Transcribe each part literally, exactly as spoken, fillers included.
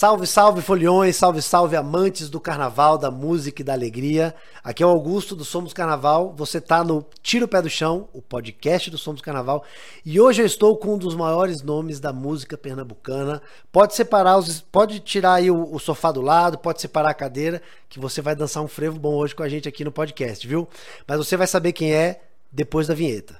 Salve, salve foliões, salve, salve amantes do carnaval, da música e da alegria. Aqui é o Augusto do Somos Carnaval, você tá no Tira o Pé do Chão, o podcast do Somos Carnaval, e hoje eu estou com um dos maiores nomes da música pernambucana. Pode separar, os, pode tirar aí o, o sofá do lado, pode separar a cadeira, que você vai dançar um frevo bom hoje com a gente aqui no podcast, viu? Mas você vai saber quem é depois da vinheta.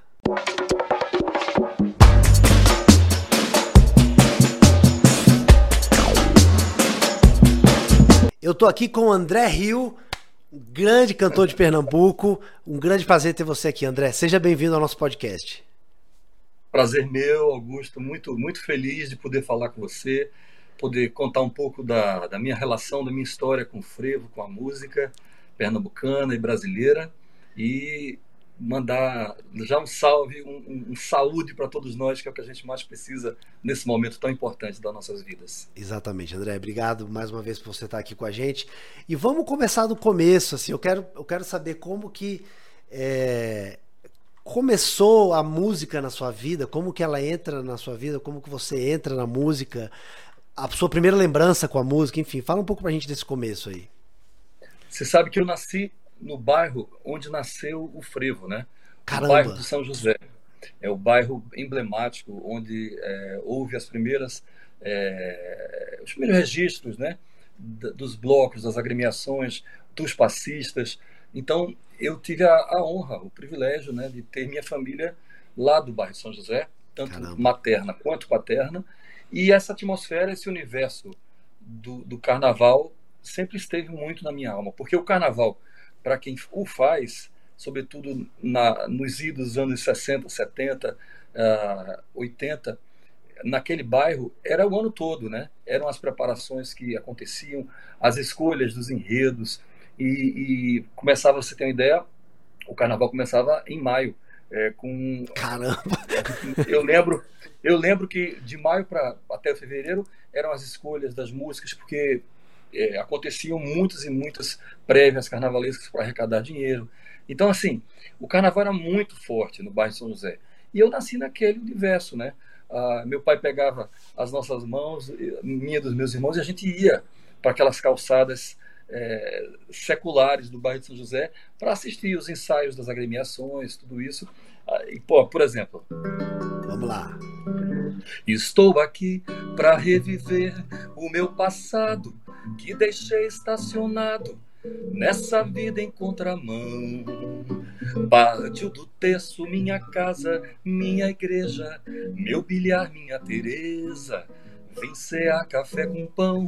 Eu tô aqui com o André Rio, grande cantor de Pernambuco. Um grande prazer ter você aqui, André. Seja bem-vindo ao nosso podcast. Prazer meu, Augusto. Muito, muito feliz de poder falar com você, poder contar um pouco da, da minha relação, da minha história com o frevo, com a música pernambucana e brasileira. E mandar já um salve, um, um, um saúde para todos nós, que é o que a gente mais precisa nesse momento tão importante das nossas vidas. Exatamente, André. Obrigado mais uma vez por você estar aqui com a gente. E vamos começar do começo. Assim, eu quero, eu quero saber como que é, começou a música na sua vida, como que ela entra na sua vida, como que você entra na música, a sua primeira lembrança com a música, enfim. Fala um pouco pra gente desse começo aí. Você sabe que eu nasci no bairro onde nasceu o frevo, né? Caramba. O bairro de São José. É o bairro emblemático onde é, houve as primeiras, é, os primeiros registros, né? Dos blocos, das agremiações, dos passistas. Então, eu tive a, a honra, o privilégio, né, de ter minha família lá do bairro de São José, tanto Caramba. materna quanto paterna. E essa atmosfera, esse universo do, do carnaval sempre esteve muito na minha alma. Porque o carnaval, para quem o faz, sobretudo na, nos idos dos anos sessenta, setenta, uh, oitenta, naquele bairro, era o ano todo, né? Eram as preparações que aconteciam, as escolhas dos enredos, e, e começava, você ter uma ideia, o carnaval começava em maio. É, com... Caramba! Eu lembro, eu lembro que de maio para até fevereiro eram as escolhas das músicas, porque É, aconteciam muitas e muitas prévias carnavalescas para arrecadar dinheiro. Então, assim, o carnaval era muito forte no bairro de São José. E eu nasci naquele universo, né? Ah, meu pai pegava as nossas mãos, minha e dos meus irmãos, e a gente ia para aquelas calçadas é, seculares do bairro de São José para assistir os ensaios das agremiações, tudo isso. Ah, e, pô, por exemplo... Vamos lá. Estou aqui para reviver o meu passado que deixei estacionado nessa vida em contramão. Pátio do terço, minha casa, minha igreja, meu bilhar, minha Teresa, vem cear café com pão.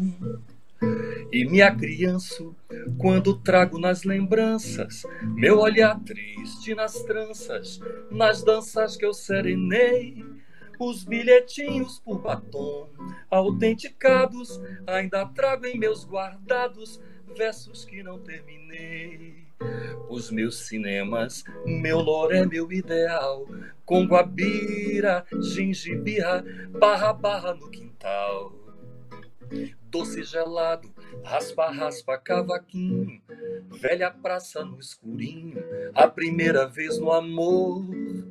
E me acrianço quando trago nas lembranças meu olhar triste nas tranças, nas danças que eu serenei. Os bilhetinhos por batom autenticados ainda trago em meus guardados versos que não terminei. Os meus cinemas, meu loré, meu ideal, com guabira, gengibirra, barra, barra no quintal. Doce gelado, raspa, raspa, cavaquinho, velha praça no escurinho, a primeira vez no amor.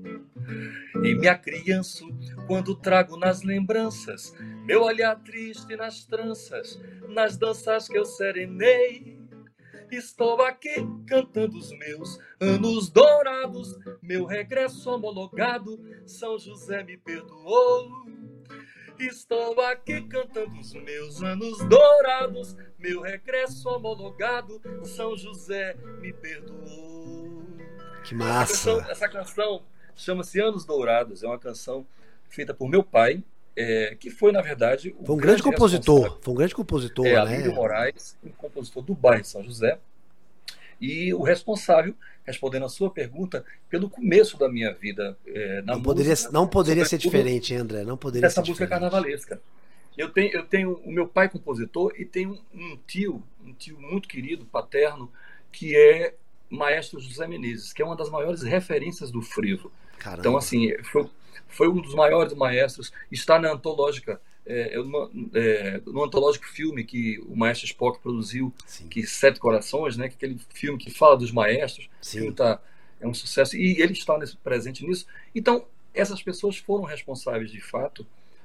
E me acrianço quando trago nas lembranças meu olhar triste nas tranças, nas danças que eu serenei. Estou aqui cantando os meus anos dourados, meu regresso homologado, São José me perdoou. Estou aqui cantando os meus anos dourados, meu regresso homologado, São José me perdoou. Que massa! Essa canção, essa canção chama-se Anos Dourados, é uma canção feita por meu pai, é, que foi, na verdade... O foi um grande, grande compositor, foi um grande compositor, é, né? Alírio Moraes, um compositor do bairro de São José, e o responsável, respondendo a sua pergunta, pelo começo da minha vida é, na não música... Poderia, não poderia ser diferente, André, não poderia essa ser música diferente. carnavalesca. Eu tenho, eu tenho o meu pai compositor e tenho um tio, um tio muito querido, paterno, que é Maestro José Menezes, que é uma das maiores referências do frevo. Caramba. Então, assim, foi, foi um dos maiores maestros. Está na antológica, é, no, é, no antológico filme que o maestro Spock produziu, Sim. que Sete Corações, né, que aquele filme que fala dos maestros. Sim. O filme tá, é um sucesso e ele está nesse, presente nisso. Então, essas pessoas foram responsáveis, de fato,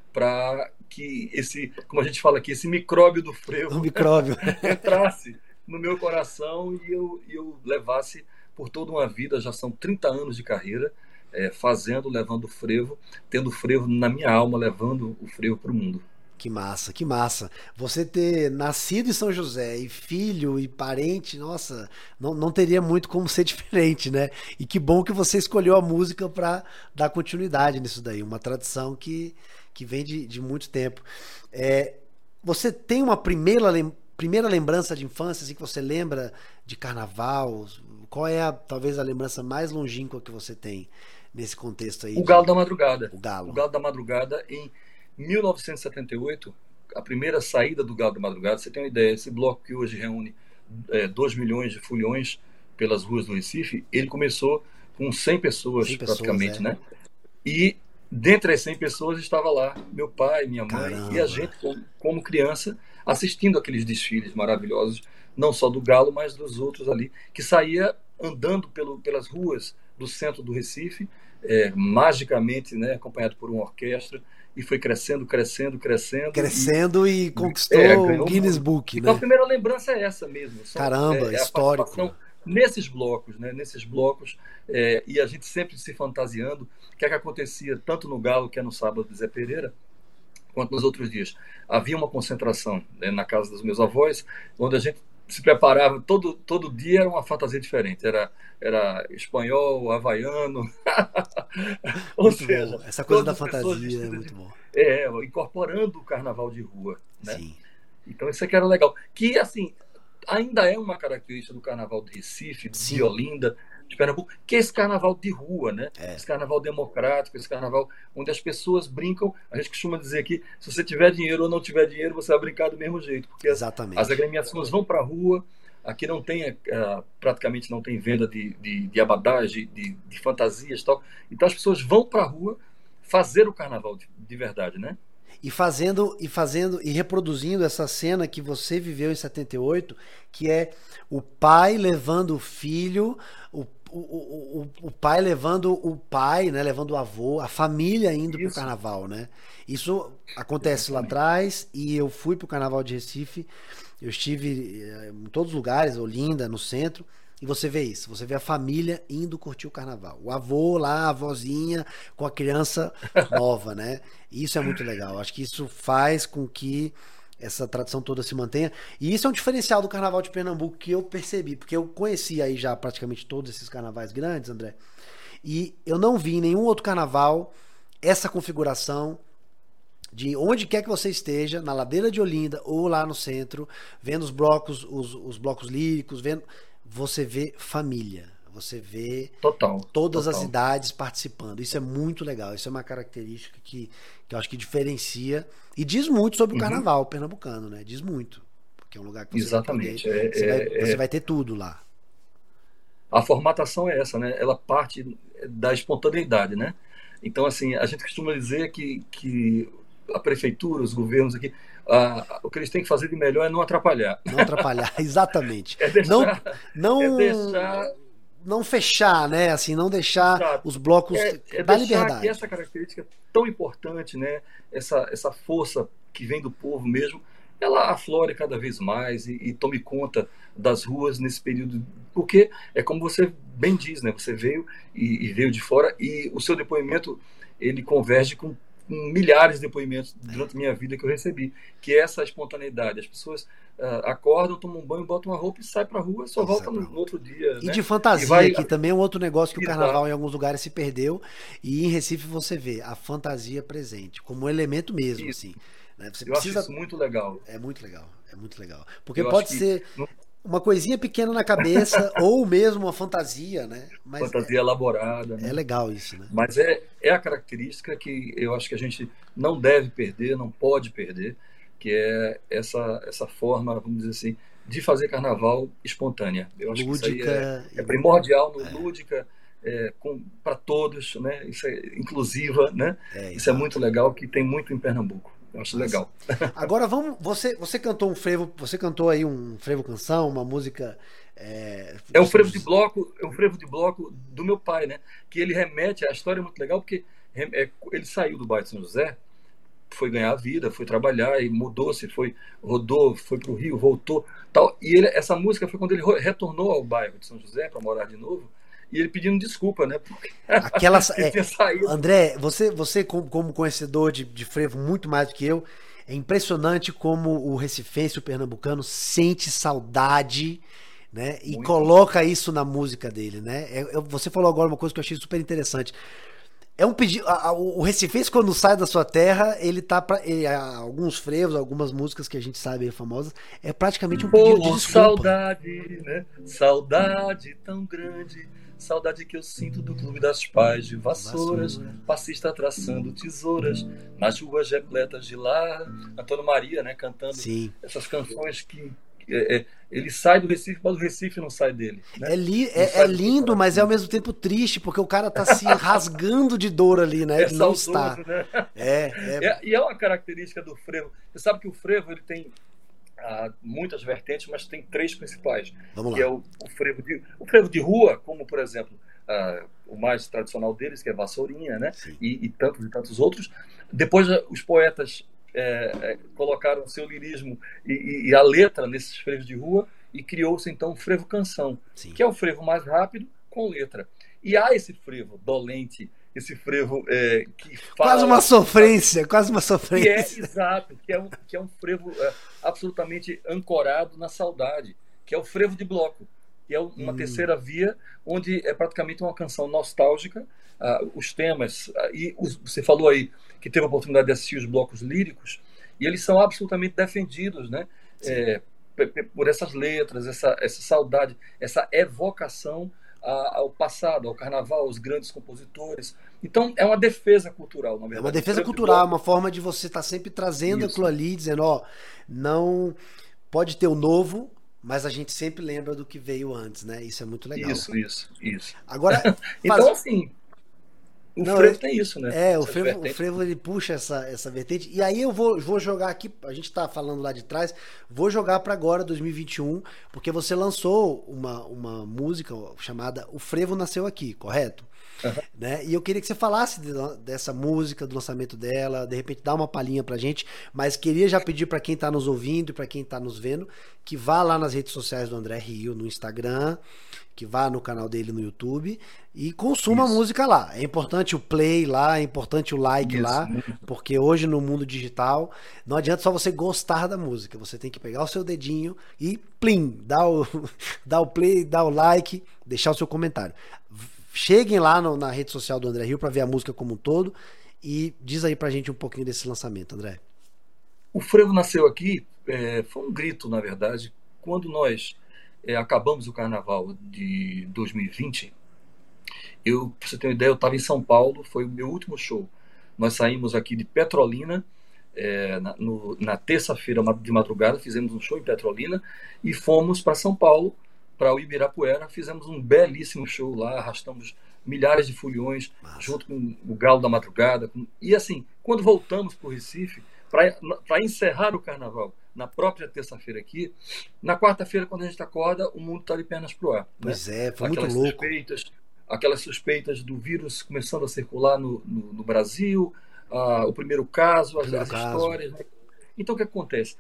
para que esse, como a gente fala aqui, esse micróbio do frevo Um micróbio. entrasse no meu coração e eu, e eu levasse por toda uma vida, já são trinta anos de carreira, é, fazendo, levando o frevo, tendo o frevo na minha alma, levando o frevo para o mundo. Que massa, que massa. Você ter nascido em São José e filho e parente, nossa, não, não teria muito como ser diferente, né? E que bom que você escolheu a música para dar continuidade nisso daí, uma tradição que, que vem de, de muito tempo. É, você tem uma primeira, lem- primeira lembrança de infância, assim, que você lembra de carnaval? Qual é a, talvez a lembrança mais longínqua que você tem nesse contexto aí O Galo de da Madrugada. o O Galo? Galo da Madrugada, em mil novecentos e setenta e oito, a primeira saída do Galo da Madrugada, você tem uma ideia, esse bloco que hoje reúne é, dois milhões de foliões pelas ruas do Recife, ele começou com cem pessoas cem pessoas, praticamente, é. né? E dentre as cem pessoas estava lá meu pai, minha mãe e a Caramba. gente, como, como criança, assistindo aqueles desfiles maravilhosos, não só do Galo, mas dos outros ali, que saía andando pelo, pelas ruas do centro do Recife, é, magicamente, né, acompanhado por uma orquestra, e foi crescendo, crescendo, crescendo, e Crescendo e é, conquistou o ganhou o Guinness mundo. Book, Então a né? primeira lembrança é essa mesmo, são, Caramba, é, é a histórico. participação nesses blocos, né, nesses blocos, é, e a gente sempre se fantasiando. O que é que acontecia tanto no Galo, que é no sábado de Zé Pereira, quanto nos outros dias? Havia uma concentração, né, na casa dos meus avós, onde a gente se preparava, todo, todo dia era uma fantasia diferente, era, era espanhol, havaiano, ou Muito seja, bom. Essa coisa da todas as pessoas fantasia é vestidas muito de, bom. é, incorporando o carnaval de rua, né? Sim. Então isso aqui era legal. Que, assim, ainda é uma característica do carnaval de Recife, de Sim. Olinda, de Pernambuco, que é esse carnaval de rua, né? É. Esse carnaval democrático, esse carnaval onde as pessoas brincam. A gente costuma dizer aqui, se você tiver dinheiro ou não tiver dinheiro, você vai brincar do mesmo jeito, porque as, as Exatamente. agremiações vão para a rua. Aqui não tem, uh, praticamente não tem venda de, de, de abadás, de, de, de fantasias e tal. Então as pessoas vão para a rua fazer o carnaval de, de verdade, né? E fazendo e fazendo e reproduzindo essa cena que você viveu em setenta e oito, que é o pai levando o filho, o, o, o, o pai levando o pai, né, levando o avô, a família indo pro Isso, carnaval, né? Isso acontece lá exatamente. atrás e eu fui pro carnaval de Recife. Eu estive eh, em todos os lugares, Olinda, no centro, e você vê isso, você vê a família indo curtir o carnaval. O avô lá, a avózinha com a criança nova, né? E isso é muito legal. Acho que isso faz com que essa tradição toda se mantenha. E isso é um diferencial do carnaval de Pernambuco que eu percebi, porque eu conheci aí já praticamente todos esses carnavais grandes, André, e eu não vi em nenhum outro carnaval essa configuração de onde quer que você esteja, na ladeira de Olinda ou lá no centro, vendo os blocos, os, os blocos líricos, vendo, você vê família, você vê Total, todas as total. idades participando. Isso é muito legal, isso é uma característica que, que eu acho que diferencia e diz muito sobre o Uhum, carnaval pernambucano, né? Diz muito, porque é um lugar que você vai poder, exatamente. É, você vai, é, você é, vai ter tudo lá. a formatação é essa, né? Ela parte da espontaneidade, né? Então, assim, a gente costuma dizer que, que a prefeitura, os governos aqui, a, o que eles têm que fazer de melhor é não atrapalhar. Não atrapalhar, exatamente. É Não, deixar, é não, deixar, não fechar, né? Assim, não deixar exato, os blocos é, é da deixar que liberdade. essa característica tão importante, né? Essa, essa força que vem do povo mesmo, ela aflore cada vez mais e, e tome conta das ruas nesse período, porque é como você bem diz, né? Você veio e, e veio de fora e o seu depoimento ele converge com, com milhares de depoimentos durante a minha vida que eu recebi, que é essa espontaneidade. As pessoas uh, acordam, tomam um banho, botam uma roupa e saem para a rua, só E sai voltam pra no, no rua. outro dia, E de né? E fantasia, vai que também é um outro negócio que o exato, carnaval em alguns lugares se perdeu. E em Recife você vê a fantasia presente, como um elemento mesmo, isso. assim. Né? Você Eu acho precisa. isso muito legal. É muito legal, é muito legal. Porque Eu acho pode que ser uma coisinha pequena na cabeça, ou mesmo uma fantasia, né? Mas é, fantasia elaborada, é né? legal isso, né? Mas é, é a característica que eu acho que a gente não deve perder, não pode perder, que é essa, essa forma, vamos dizer assim, de fazer carnaval espontânea. Eu acho que isso aí é, Lúdica é e. primordial, no, É, lúdica, é, para todos, né? Isso é inclusiva, né? é, Isso é muito exato. legal, que tem muito em Pernambuco. Eu acho Massa. legal. Agora vamos. Você, você cantou um frevo. Você cantou aí um frevo canção, uma música é, É de um São frevo de José. bloco, é um frevo de bloco do meu pai, né? Que ele remete, a história é muito legal, porque rem- é, ele saiu do bairro de São José foi ganhar a vida, foi trabalhar e mudou-se, foi, rodou, foi para o Rio, voltou, tal. E ele, essa música foi quando ele retornou ao bairro de São José para morar de novo, e ele pedindo desculpa, né? Porque Aquelas, ele é, tinha saído. André, você, você como, como conhecedor de, de frevo muito mais do que eu, é impressionante como o recifense, o pernambucano, sente saudade, né? E Muito. coloca isso na música dele, né? É, eu- você falou agora uma coisa que eu achei super interessante. É um pedido. a- a- O recifense, quando sai da sua terra, ele tá pra. ele- há alguns frevos, algumas músicas que a gente sabe aí famosas, é praticamente um pedido de Oh, desculpa. saudade, né? Saudade tão grande, saudade que eu sinto do clube das pais de vassouras, Vassoura. passista traçando tesouras, nas ruas repletas de lá. Antônio Maria, né? Cantando Sim. essas canções que é, é, ele sai do Recife, mas o Recife não sai dele, né? É, li, Não é, é sai do seu lindo, mas é ao coração. mesmo tempo triste, porque o cara tá se rasgando de dor ali, né? É Ele não está. saudoso, né? É, é. É, e é uma característica do frevo. Você sabe que o frevo ele tem ah, muitas vertentes, mas tem três principais, Vamos que é lá. o, o frevo de o frevo de rua, como por exemplo ah, o mais tradicional deles, que é Vassourinha, né? Sim. E, e tantos e tantos outros. Depois ah, os poetas é, é, colocaram o seu lirismo e, e- e a letra nesses frevos de rua e criou-se então o frevo canção, Sim. que é o frevo mais rápido com letra. E há esse frevo dolente, esse frevo é, que Quase uma fala, sofrência, quase uma que é sofrência. exato, que é um, que é um frevo é, absolutamente ancorado na saudade, que é o frevo de bloco, que é uma Hum. terceira via, onde é praticamente uma canção nostálgica, ah, os temas, ah, e os- você falou aí que teve a oportunidade de assistir os blocos líricos, e eles são absolutamente defendidos, né? Sim. É, pe- pe- por essas letras, essa, essa saudade, essa evocação a- ao passado, ao carnaval, aos grandes compositores. Então, é uma defesa cultural, na É verdade. uma defesa O frevo de cultural, é bloco, uma forma de você estar sempre trazendo isso. aquilo ali, dizendo, ó, não pode ter o novo, mas a gente sempre lembra do que veio antes, né? Isso é muito legal. Isso, isso, isso. Agora, Então, faz... assim, o Não, frevo eu- tem isso, né? É, o Essas frevo, o vertentes. frevo ele puxa essa, essa vertente. E aí eu vou, vou jogar aqui, a gente tá falando lá de trás, vou jogar pra agora, dois mil e vinte e um, porque você lançou uma, uma música chamada O Frevo Nasceu Aqui, correto? Aham. Né? E eu queria que você falasse de- dessa música, do lançamento dela, de repente dar uma palhinha pra gente, mas queria já pedir pra quem tá nos ouvindo e pra quem tá nos vendo, que vá lá nas redes sociais do André Rio, no Instagram, que vá no canal dele no YouTube e consuma a Isso. música lá. É importante o play lá, é importante o like Isso, lá, muito. porque hoje no mundo digital não adianta só você gostar da música, você tem que pegar o seu dedinho e plim, dar o, dar o play, dar o like, deixar o seu comentário. Cheguem lá no- na rede social do André Rio para ver a música como um todo e diz aí pra gente um pouquinho desse lançamento, André. O frevo nasceu aqui, é, foi um grito, na verdade, quando nós é, acabamos o carnaval de dois mil e vinte. Eu, pra você ter uma ideia, eu estava em São Paulo, foi o meu último show. Nós saímos aqui de Petrolina, é, na, no- na terça-feira de madrugada, fizemos um show em Petrolina e fomos para São Paulo, para o Ibirapuera, fizemos um belíssimo show lá, arrastamos milhares de foliões, Massa. junto com o Galo da Madrugada. com- E assim, quando voltamos para o Recife, para encerrar o carnaval, na própria terça-feira aqui, na quarta-feira, quando a gente acorda, o mundo está de pernas pro ar, né? Pois é, foi muito Aquelas louco. suspeitas, aquelas suspeitas do vírus começando a circular no, no- no Brasil, ah, o primeiro caso, as, Primeiro as caso. histórias, né? Então, o que acontece?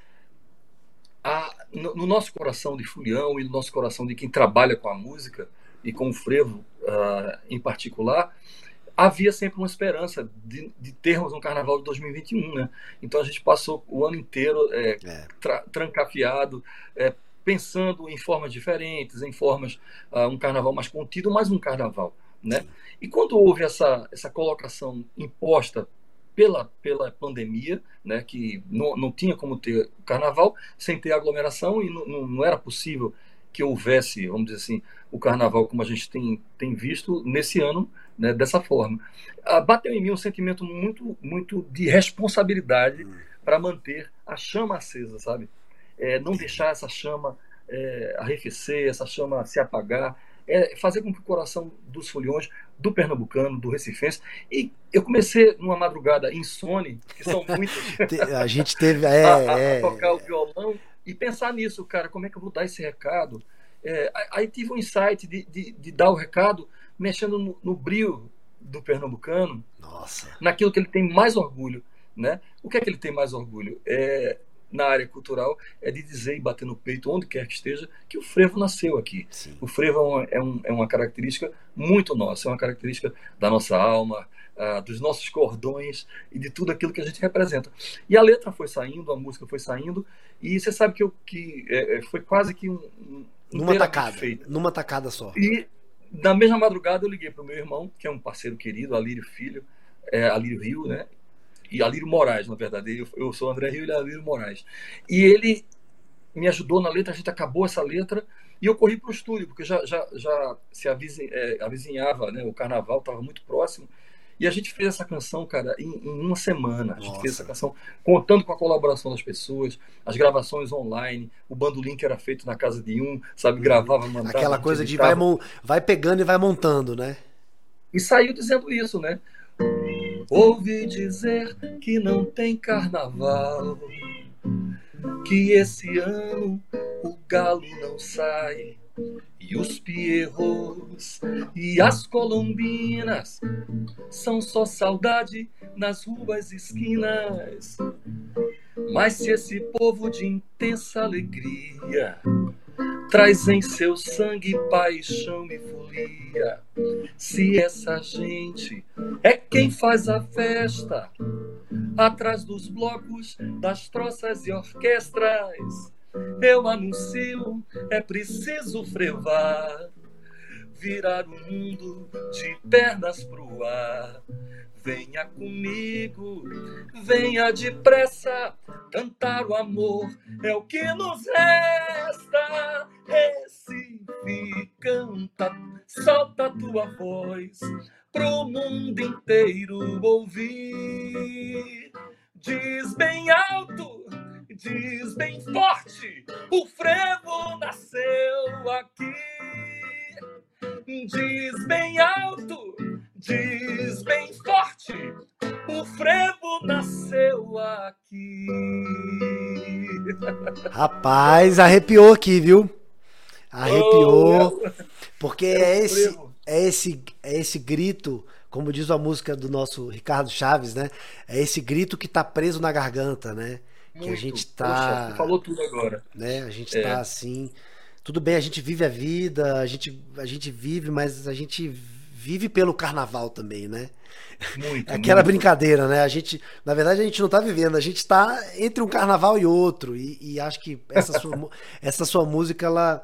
A- no, no nosso coração de folião e no nosso coração de quem trabalha com a música e com o frevo ah, em particular, havia sempre uma esperança de, de termos um carnaval de dois mil e vinte e um, né? Então a gente passou o ano inteiro é, É. tra- trancafiado, é, pensando em formas diferentes, em formas, ah, um carnaval mais contido, mas um carnaval, né? Sim. E quando houve essa, essa colocação imposta pela, pela pandemia, né, que não, não tinha como ter carnaval sem ter aglomeração e não, não, não era possível que houvesse, vamos dizer assim, o carnaval como a gente tem, tem visto nesse ano, né, dessa forma. Ah, bateu em mim um sentimento muito, muito de responsabilidade Hum. para manter a chama acesa, sabe? É, não deixar essa chama é, arrefecer, essa chama se apagar, é fazer com que o coração dos foliões, do pernambucano, do recifense, e eu comecei numa madrugada insone, que são muitas, Te- A gente teve. a, É, a- a é, tocar o violão e pensar nisso, cara, como é que eu vou dar esse recado? É, aí aí tive um insight de, de, de dar o recado mexendo no, no brio do pernambucano, nossa. naquilo que ele tem mais orgulho, né? O que é que ele tem mais orgulho? É, na área cultural, é de dizer e bater no peito, onde quer que esteja, que o frevo nasceu aqui. Sim. O frevo é uma, é um, é uma característica muito nossa, é uma característica da nossa alma, uh, dos nossos cordões e de tudo aquilo que a gente representa. E a letra foi saindo, a música foi saindo, e você sabe que, eu, que é, foi quase que um... um numa tacada, feito. numa tacada só. E na mesma madrugada eu liguei para o meu irmão, que é um parceiro querido, Alírio Filho, é, Alírio Rio, né? E Alírio Moraes, na verdade. Eu, eu sou André Rio e ele é Alírio Moraes. E ele me ajudou na letra, a gente acabou essa letra e eu corri para o estúdio, porque já, já, já se avizin, é, avizinhava, né? O carnaval estava muito próximo. E a gente fez essa canção, cara, em, em uma semana. A gente Nossa. fez essa canção contando com a colaboração das pessoas, as gravações online, o bandolim que era feito na casa de um, sabe, gravava, mandava. Aquela coisa de vai, vai pegando e vai montando, né? E saiu dizendo isso, né? Ouvi dizer que não tem carnaval, que esse ano o galo não sai, e os pierrots e as colombinas são só saudade nas ruas esquinas. Mas se esse povo de intensa alegria traz em seu sangue paixão e folia, se essa gente é quem faz a festa atrás dos blocos, das troças e orquestras, eu anuncio, é preciso frevar, virar o mundo de pernas pro ar. Venha comigo, venha depressa, cantar o amor é o que nos resta. Recife, canta, solta a tua voz pro mundo inteiro ouvir. Diz bem alto, diz bem forte, o frevo nasceu aqui. Diz bem alto, diz bem forte, o frevo nasceu aqui. Rapaz, arrepiou aqui, viu? Arrepiou. Oh, porque é, é esse, é esse, é esse grito, como diz a música do nosso Ricardo Chaves, né? É esse grito que tá preso na garganta, né? Muito. Que a gente tá. Poxa, você falou tudo agora. Né? A gente é. tá assim. Tudo bem, a gente vive a vida, a gente, a gente vive, mas a gente vive pelo carnaval também, né? Muito, é aquela muito. brincadeira, né? A gente, na verdade, a gente não tá vivendo, a gente tá entre um carnaval e outro. E, e acho que essa sua, essa sua música, ela.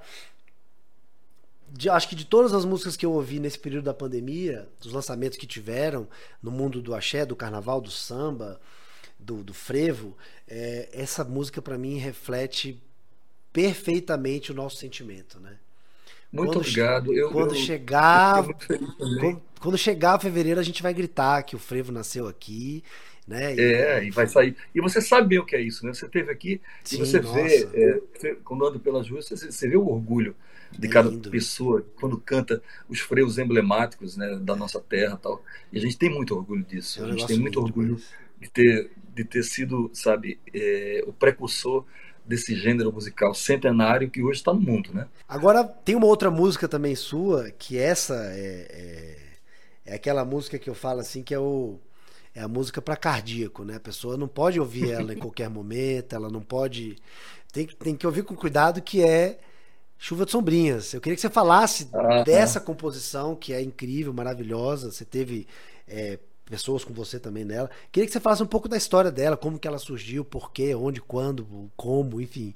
De, acho que de todas as músicas que eu ouvi nesse período da pandemia, dos lançamentos que tiveram no mundo do axé, do carnaval, do samba, do, do frevo, é, essa música pra mim reflete perfeitamente o nosso sentimento, né? Muito quando, obrigado. Eu, quando eu, chegar, eu muito feliz também. Quando, quando chegar fevereiro, a gente vai gritar que o frevo nasceu aqui, né? E, é, e vai sair. E você sabe bem o que é isso, né? Você esteve aqui sim, e você nossa. vê, é, você, quando anda pelas ruas, você, você vê o orgulho de é cada lindo. pessoa quando canta os frevos emblemáticos, né, da nossa terra, tal. E a gente tem muito orgulho disso. É um a gente tem muito orgulho demais. de ter, de ter sido, sabe, é, o precursor desse gênero musical centenário que hoje está no mundo, né? Agora, tem uma outra música também sua, que essa é, é, é aquela música que eu falo assim, que é, o, é a música para cardíaco, né? A pessoa não pode ouvir ela em qualquer momento, ela não pode... Tem, tem que ouvir com cuidado, que é Chuva de Sombrinhas. Eu queria que você falasse ah, dessa composição, que é incrível, maravilhosa. Você teve... É, pessoas com você também nela. Queria que você falasse um pouco da história dela, como que ela surgiu, por quê, onde, quando, como, enfim.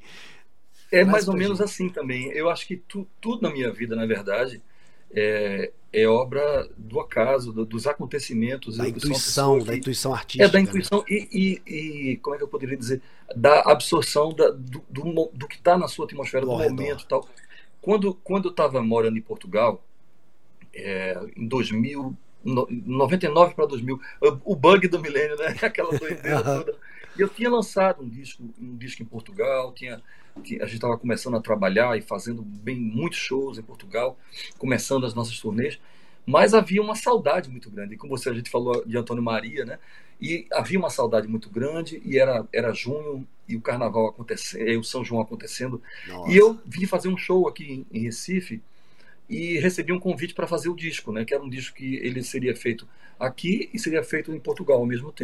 É mais ou menos assim também. Eu acho que tu, tudo na minha vida, na verdade, é, é obra do acaso, do, dos acontecimentos. Da eu, intuição, que, da intuição artística. É, da intuição, né? e, e, e, como é que eu poderia dizer? Da absorção da, do, do, do que está na sua atmosfera, do, do momento e tal. Quando, quando eu estava morando em Portugal, é, em dois mil, noventa e nove para dois mil, o bug do milênio, né? Aquela doideira toda. E eu tinha lançado um disco, um disco em Portugal, tinha, tinha, a gente estava começando a trabalhar e fazendo bem muitos shows em Portugal, começando as nossas turnês, mas havia uma saudade muito grande. E como você, a gente falou de Antônio Maria, né? E havia uma saudade muito grande, e era, era junho, e o carnaval acontecendo, e o São João acontecendo. Nossa. E eu vim fazer um show aqui em, em Recife, e recebi um convite para fazer o disco, né? Que era um disco que ele seria feito aqui e seria feito em Portugal ao mesmo tempo.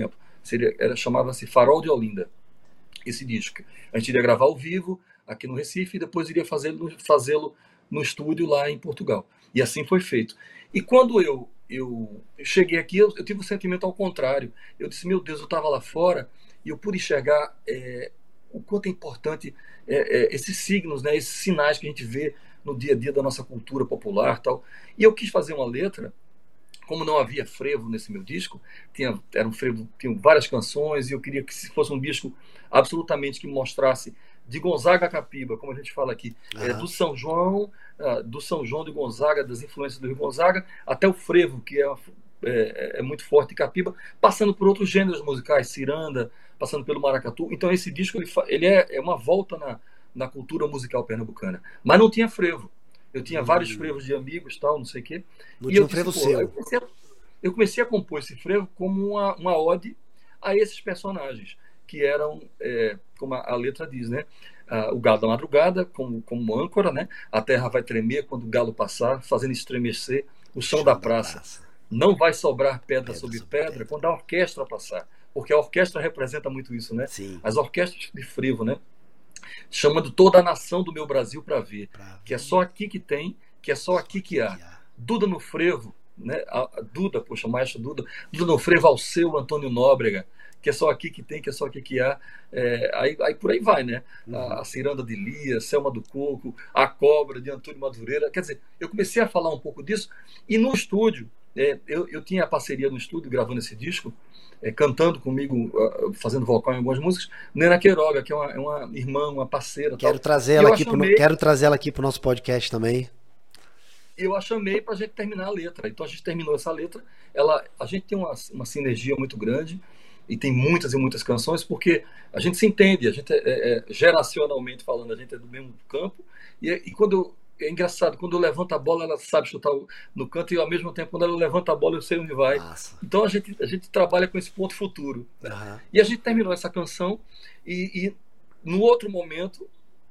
seria, era, chamava-se Farol de Olinda, esse disco. A gente iria gravar ao vivo aqui no Recife e depois iria fazê-lo fazê-lo no estúdio lá em Portugal. E assim foi feito. E quando eu, eu cheguei aqui, eu, eu tive um sentimento ao contrário. Eu disse, meu Deus, eu estava lá fora e eu pude enxergar é, o quanto é importante é, é, esses signos, né, esses sinais que a gente vê no dia a dia da nossa cultura popular, tal. E eu quis fazer uma letra, como não havia frevo nesse meu disco, tinha, era um frevo, tinha várias canções, e eu queria que se fosse um disco absolutamente que mostrasse de Gonzaga a Capiba, como a gente fala aqui, uhum. é, do São João, uh, do São João de Gonzaga, das influências do Rio Gonzaga, até o frevo, que é, é, é muito forte em Capiba, passando por outros gêneros musicais, ciranda, passando pelo maracatu. Então esse disco ele, ele é, é uma volta na, na cultura musical pernambucana. Mas não tinha frevo. Eu tinha hum. vários frevos de amigos, tal, não sei o quê. Não e tinha eu um frevo disse, seu. Eu comecei, a, eu comecei a compor esse frevo como uma, uma ode a esses personagens, que eram, é, como a, a letra diz, né? Ah, o galo da madrugada, como, como âncora, né? A terra vai tremer quando o galo passar, fazendo estremecer o chão, chão da, praça. da praça. Não vai sobrar pedra, pedra sobre pedra, pedra quando a orquestra passar. Porque a orquestra representa muito isso, né? Sim. As orquestras de frevo, né? Chamando toda a nação do meu Brasil para ver, ver, que é só aqui que tem, que é só, só aqui que há. que há. Duda no frevo, né? A, a Duda, poxa, maestro Duda, Duda no frevo ao seu Antônio Nóbrega, que é só aqui que tem, que é só aqui que há. É, aí, aí por aí vai, né? Uhum. A, a Ciranda de Lia, Selma do Coco, A Cobra de Antônio Madureira. Quer dizer, eu comecei a falar um pouco disso, e no estúdio, é, eu, eu tinha a parceria no estúdio gravando esse disco, É, cantando comigo, uh, fazendo vocal em algumas músicas, Nena Queiroga, que é uma, é uma irmã, uma parceira. Quero trazer ela aqui, chamei, pro, quero trazer ela aqui para o nosso podcast também. Eu a chamei para a gente terminar a letra. Então a gente terminou essa letra. Ela, a gente tem uma, uma sinergia muito grande e tem muitas e muitas canções, porque a gente se entende, a gente é, é, geracionalmente falando, a gente é do mesmo campo. E, e quando eu, é engraçado, quando eu levanto a bola, ela sabe chutar no canto, e ao mesmo tempo, quando ela levanta a bola, eu sei onde vai. Nossa. Então a gente, a gente trabalha com esse ponto futuro. Né? Uhum. E a gente terminou essa canção, e, e no outro momento,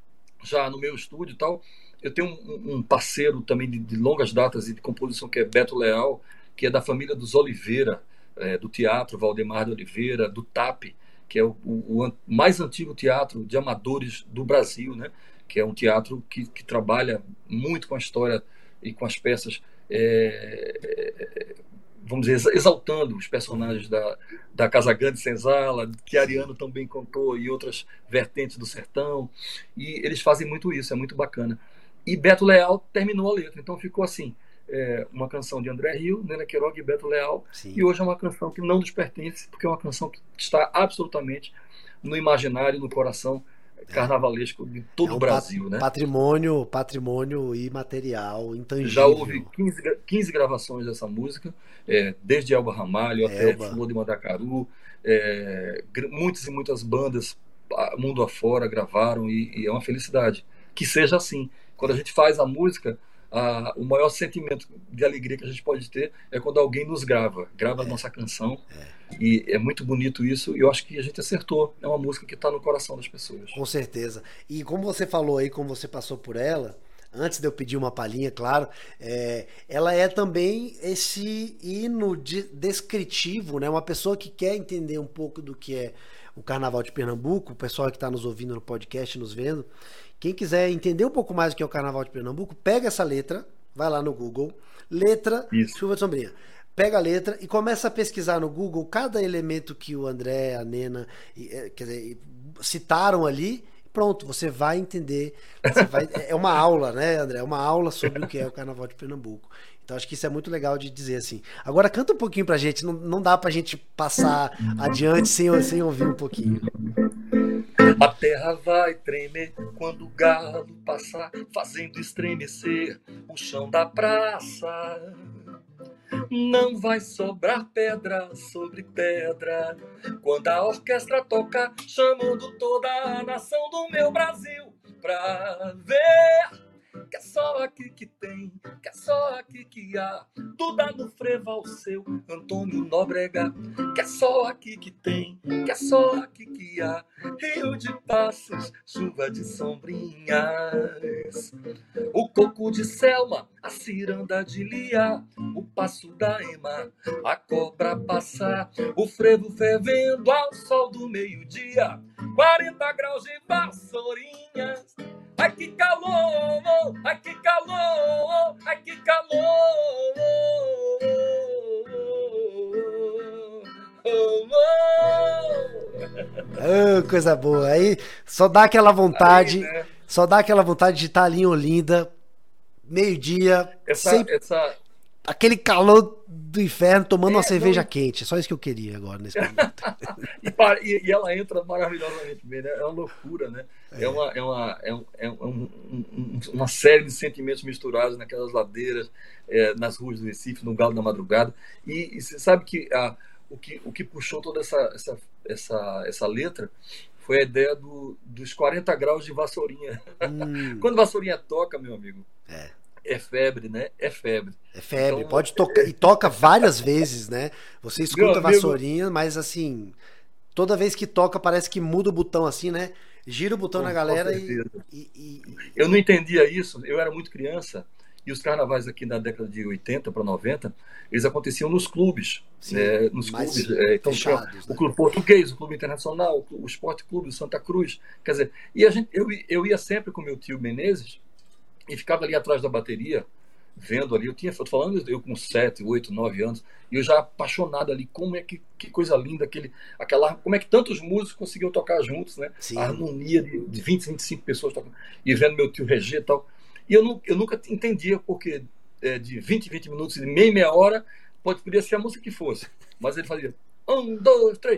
já no meu estúdio e tal, eu tenho um, um parceiro também de, de longas datas e de composição, que é Beto Leal, que é da família dos Oliveira, é, do teatro Valdemar de Oliveira, do T A P, que é o, o, o mais antigo teatro de amadores do Brasil, né? Que é um teatro que, que trabalha muito com a história e com as peças, é, vamos dizer, exaltando os personagens da, da Casa Grande Senzala, que Ariano também contou, e outras vertentes do sertão, e eles fazem muito isso, é muito bacana. E Beto Leal terminou a letra, então ficou assim, é, uma canção de André Rio, Nena Queiroga e Beto Leal, Sim. E hoje é uma canção que não nos pertence, porque é uma canção que está absolutamente no imaginário, no coração carnavalesco de todo é um o Brasil, pat- né? Patrimônio, patrimônio imaterial, intangível. Já houve quinze, quinze gravações dessa música, é, desde Elba Ramalho até Elba. Flor de Mandacaru, é, muitas e muitas bandas mundo afora gravaram, e, e é uma felicidade que seja assim. Quando a gente faz a música, a, o maior sentimento de alegria que a gente pode ter é quando alguém nos grava, grava é. a nossa canção. É. E é muito bonito isso, e eu acho que a gente acertou. É uma música que está no coração das pessoas. Com certeza. E como você falou aí, como você passou por ela, antes de eu pedir uma palhinha, claro, é, ela é também esse hino de, descritivo, né? Uma pessoa que quer entender um pouco do que é o Carnaval de Pernambuco, o pessoal que está nos ouvindo no podcast, nos vendo, quem quiser entender um pouco mais do que é o Carnaval de Pernambuco, pega essa letra, vai lá no Google, letra Isso. Chuva de Sombrinha. Pega a letra e começa a pesquisar no Google cada elemento que o André, a Nena, quer dizer, citaram ali. Pronto, você vai entender. Você vai, é uma aula, né, André? É uma aula sobre o que é o Carnaval de Pernambuco. Então acho que isso é muito legal de dizer assim. Agora canta um pouquinho pra gente. Não, não dá pra gente passar adiante sem, sem ouvir um pouquinho. A terra vai tremer quando o galo passar, fazendo estremecer o chão da praça. Não vai sobrar pedra sobre pedra quando a orquestra tocar, chamando toda a nação do meu Brasil pra ver que é só aqui que tem, que é só aqui que há. Tudo dá no frevo ao seu Antônio Nóbrega, que é só aqui que tem, que é só aqui que há. Rio de passos, chuva de sombrinhas, o coco de Selma, a ciranda de Lia, o passo da Ema, a cobra passar, o frevo fervendo ao sol do meio-dia, quarenta graus de vassourinhas. Ai que calor, ai que calor, ai que calor. Oh, oh. Oh, coisa boa. Aí só dá aquela vontade, aí, né? Só dá aquela vontade de estar ali em Olinda, meio-dia, sem... essa... aquele calor do inferno, tomando é, uma cerveja não... quente. Só isso que eu queria agora nesse momento. e, e ela entra maravilhosamente bem, né? É uma loucura, né? É, é, uma, é, uma, é, um, é um, um, uma série de sentimentos misturados naquelas ladeiras, é, nas ruas do Recife, no galo da madrugada. E, e você sabe que, a, o que o que puxou toda essa, essa, essa, essa letra foi a ideia do, dos quarenta graus de Vassourinha. Hum. Quando Vassourinha toca, meu amigo, é. É febre, né? É febre. É febre, então, pode tocar. É... E toca várias vezes, né? Você escuta a Vassourinha, mas assim, toda vez que toca parece que muda o botão assim, né? Gira o botão com, na galera e, e, e... Eu não entendia isso, eu era muito criança, e os carnavais aqui na década de oitenta para noventa, eles aconteciam nos clubes. Sim, né? Nos clubes. É, então, fechados, o né? Clube Português, o Clube Internacional, o Esporte Clube do Santa Cruz. Quer dizer, e a gente, eu, eu ia sempre com meu tio Menezes, e ficava ali atrás da bateria, vendo ali, eu tinha, tô falando eu com sete, oito, nove anos, e eu já apaixonado ali, como é que, que coisa linda, aquele, aquela, como é que tantos músicos conseguiam tocar juntos, né? Sim. A harmonia de, de vinte, vinte e cinco pessoas tocando, e vendo meu tio Regê e tal, e eu, não, eu nunca entendia porque é, de vinte, vinte minutos, de meia, meia hora, pode, podia ser a música que fosse, mas ele fazia, um, dois, três,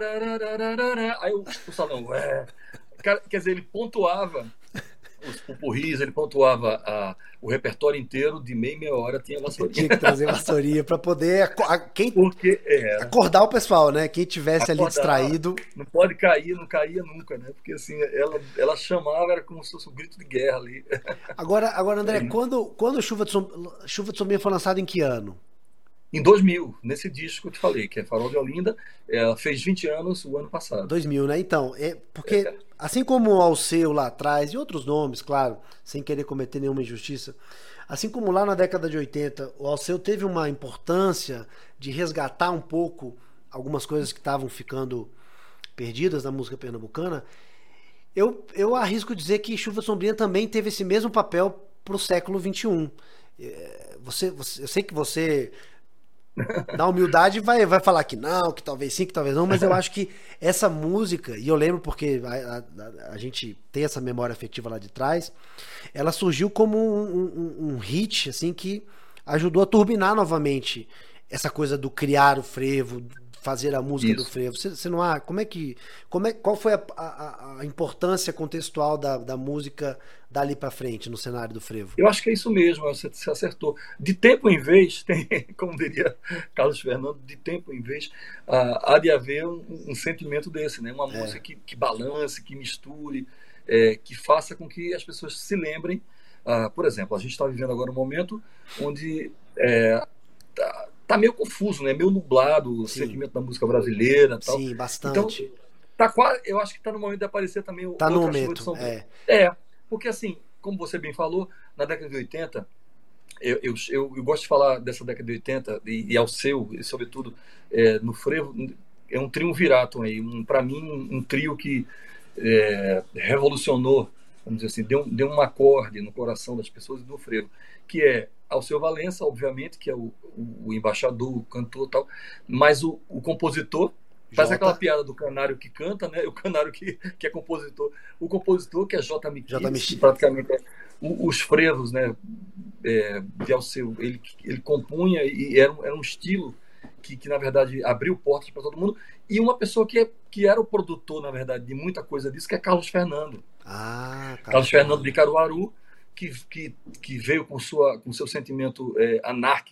aí o, o salão, ué, quer dizer, ele pontuava os pupurris, ele pontuava a, o repertório inteiro, de meia meia hora tinha Vassourinha. Tinha que trazer Vassourinha para poder a, a, quem, Porque, é, acordar o pessoal, né? Quem tivesse acordar, ali distraído. Não pode cair, não caía nunca, né? Porque assim, ela, ela chamava, era como se fosse um grito de guerra ali. Agora, agora André, é. quando, quando Chuva de, Som, Chuva de Sombrinha foi lançado em que ano? Em dois mil, nesse disco que eu te falei, que é Farol de Olinda, ela fez vinte anos o ano passado. dois mil, né? Então, é porque é. assim como o Alceu lá atrás, e outros nomes, claro, sem querer cometer nenhuma injustiça, assim como lá na década de oitenta, o Alceu teve uma importância de resgatar um pouco algumas coisas que estavam ficando perdidas na música pernambucana, eu, eu arrisco dizer que Chuva Sombrinha também teve esse mesmo papel para o século vinte e um. Você, você, eu sei que você... na humildade vai, vai falar que não, que talvez sim, que talvez não, mas eu acho que essa música, e eu lembro porque a, a, a gente tem essa memória afetiva lá de trás, ela surgiu como um, um, um hit assim, que ajudou a turbinar novamente essa coisa do criar o frevo, fazer a música Isso. do frevo. Você, você não há, como é que, como é, qual foi a, a, a importância contextual da, da música dali para frente no cenário do frevo? Eu acho que é isso mesmo, você, você acertou. De tempo em vez, tem, como diria Carlos Fernando, de tempo em vez, uh, há de haver um, um sentimento desse, né? Uma é. música que, que balance, que misture, é, que faça com que as pessoas se lembrem. Uh, por exemplo, a gente está vivendo agora um momento onde é, tá, tá meio confuso, né? Meio nublado o Sim. sentimento da música brasileira. Tal. Sim, bastante. Então, tá quase, eu acho que está no momento de aparecer também o tá no momento, é. é, porque assim, como você bem falou, na década de oitenta, eu, eu, eu, eu gosto de falar dessa década de oitenta e, e Alceu, e sobretudo é, no frevo, é um triunvirato aí, um, para mim um, um trio que é, revolucionou, vamos dizer assim, deu, deu um acorde no coração das pessoas do frevo, que é Alceu Valença, obviamente, que é o, o, o embaixador, o cantor e tal, mas o, o compositor, faz J. aquela piada do canário que canta, né? O canário que, que é compositor. O compositor, que é J. Miquis, que praticamente é o, os frevos, né? É, de Alceu, ele, ele compunha e era, era um estilo que, que, na verdade, abriu portas para todo mundo. E uma pessoa que, é, que era o produtor, na verdade, de muita coisa disso, que é Carlos Fernando. Ah, Carlos, Carlos Fernando, Fernando de Caruaru, que, que, que veio com, sua, com seu sentimento é, anárquico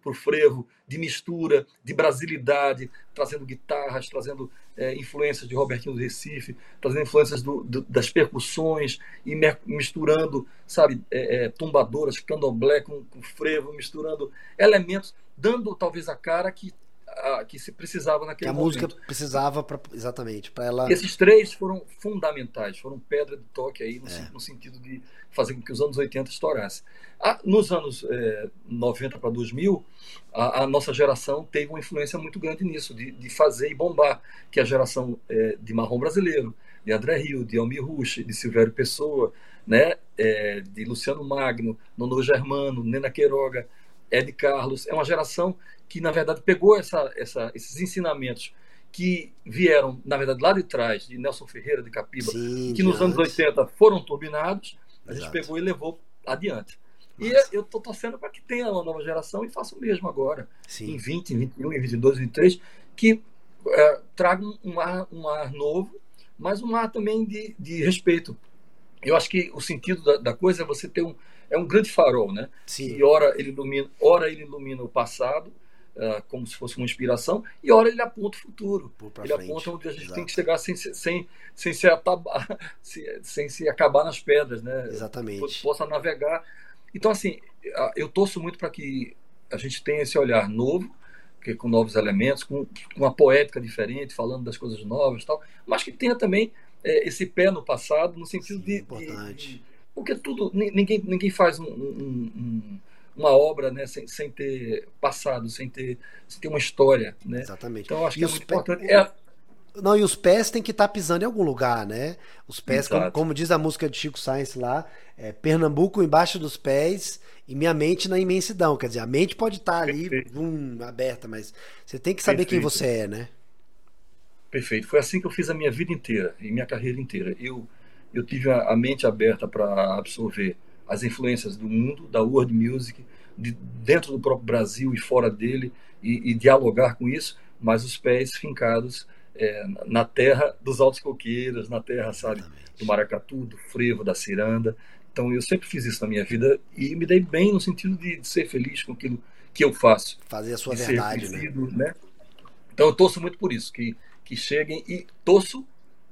o frevo, de mistura, de brasilidade, trazendo guitarras, trazendo é, influências de Robertinho do Recife, trazendo influências do, do, das percussões e misturando, sabe, é, é, tumbadoras, candomblé com, com frevo, misturando elementos, dando talvez a cara que A, que se precisava naquele que a momento. música precisava pra, exatamente para ela. Esses três foram fundamentais, foram pedra de toque aí no, é. no sentido de fazer com que os anos oitenta estourassem. Ah, nos anos é, noventa para dois mil, a, a nossa geração teve uma influência muito grande nisso, de, de fazer e bombar, que é a geração é, de Marrom Brasileiro, de André Rio, de Almir Rush, de Silvério Pessoa, né, é, de Luciano Magno, Nono Germano, Nena Queiroga, Ed Carlos. É uma geração que, na verdade, pegou essa, essa, esses ensinamentos que vieram, na verdade, lá de trás, de Nelson Ferreira, de Capiba, Sim, que nos anos oitenta foram turbinados, a Exato. gente pegou e levou adiante. Nossa. E eu estou torcendo para que tenha uma nova geração e faça o mesmo agora, Sim. em vinte, em vinte e um, em vinte e dois, em vinte e três, que é, traga um ar, um ar novo, mas um ar também de, de respeito. Eu acho que o sentido da, da coisa é você ter um, é um grande farol, né? Sim. E ora ele ilumina, ora ele ilumina o passado, Uh, como se fosse uma inspiração, e ora ele aponta o futuro. Ele frente. aponta onde a gente Exato. tem que chegar sem, sem, sem, se atabar, sem se acabar nas pedras, né? Exatamente. Possa navegar. Então, assim, eu torço muito para que a gente tenha esse olhar novo, que, com novos elementos, com, com uma poética diferente, falando das coisas novas e tal, mas que tenha também é, esse pé no passado, no sentido Sim, de, importante. de, de. Porque tudo. Ninguém, ninguém faz um. um, um uma obra, né, sem, sem ter passado, sem ter, sem ter uma história, né? Exatamente. Então acho e que é muito pé... importante. É... Não, e os pés têm que estar tá pisando em algum lugar, né? Os pés, como, como diz a música de Chico Science lá, é Pernambuco embaixo dos pés e minha mente na imensidão. Quer dizer, a mente pode estar tá ali vum, aberta, mas você tem que saber Perfeito. quem você é, né? Perfeito. Foi assim que eu fiz a minha vida inteira, e minha carreira inteira. Eu, eu tive a, a mente aberta para absorver as influências do mundo, da world music, de, dentro do próprio Brasil e fora dele, e, e dialogar com isso, mas os pés fincados é, na terra dos altos coqueiros, na terra, sabe, do maracatu, do frevo, da ciranda. Então eu sempre fiz isso na minha vida e me dei bem no sentido de, de ser feliz com aquilo que eu faço. Fazer a sua verdade, né? né? Então eu torço muito por isso, que, que cheguem e torço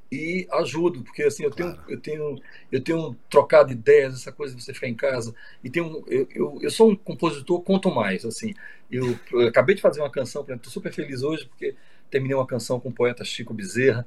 e ajudo, porque assim eu tenho, claro. eu tenho eu tenho trocado ideias, essa coisa de você ficar em casa, e tenho eu, eu, eu sou um compositor quanto mais, assim, eu, eu acabei de fazer uma canção, estou super feliz hoje porque terminei uma canção com o poeta Chico Bezerra,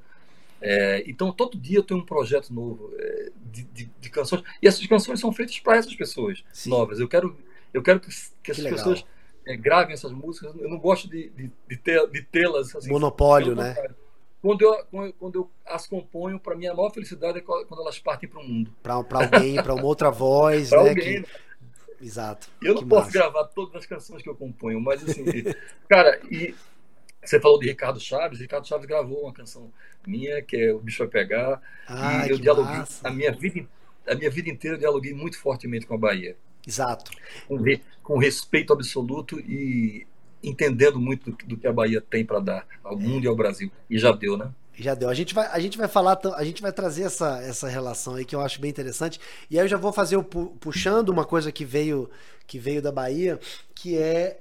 é, então todo dia eu tenho um projeto novo é, de, de, de canções, e essas canções são feitas para essas pessoas Sim. novas, eu quero, eu quero que, que essas que pessoas é, gravem essas músicas, eu não gosto de, de, de, ter, de tê-las assim, monopólio, né? Quando eu, quando eu as componho, para mim a maior felicidade é quando elas partem para o mundo. Para alguém, para uma outra voz, pra né? Alguém. Que... Exato. Eu não posso massa. gravar todas as canções que eu componho, mas assim, cara, e você falou de Ricardo Chaves, Ricardo Chaves gravou uma canção minha, que é O Bicho Vai Pegar, ah, e eu dialoguei, massa. a minha vida, a minha vida inteira eu dialoguei muito fortemente com a Bahia. Exato. Com, re, com respeito absoluto e entendendo muito do, do que a Bahia tem para dar ao mundo é. e ao Brasil. E já deu, né? Já deu. A gente vai, a gente vai falar, a gente vai trazer essa, essa relação aí que eu acho bem interessante. E aí eu já vou fazer o puxando uma coisa que veio, que veio da Bahia, que é,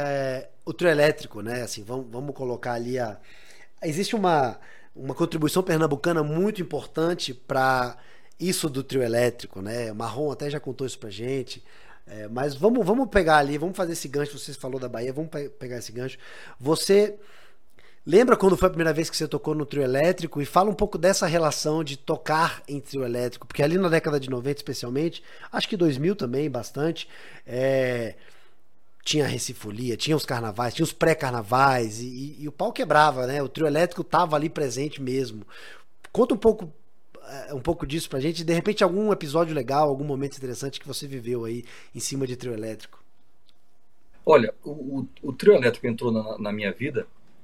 é o trio elétrico, né? Assim, vamos, vamos colocar ali a. Existe uma, uma contribuição pernambucana muito importante para isso do trio elétrico, né? O Marrom até já contou isso pra gente. É, mas vamos, vamos pegar ali, vamos fazer esse gancho. Você falou da Bahia, vamos pe- pegar esse gancho. Você lembra quando foi a primeira vez que você tocou no trio elétrico? E fala um pouco dessa relação de tocar em trio elétrico, porque ali na década de noventa especialmente, acho que dois mil também, bastante, é, tinha a Recifolia, tinha os carnavais, tinha os pré-carnavais, e, e, e o pau quebrava, né? O trio elétrico estava ali presente mesmo. Conta um pouco um pouco disso pra gente, de repente algum episódio legal, algum momento interessante que você viveu aí em cima de trio elétrico. Olha, o, o, o trio elétrico entrou na, na minha vida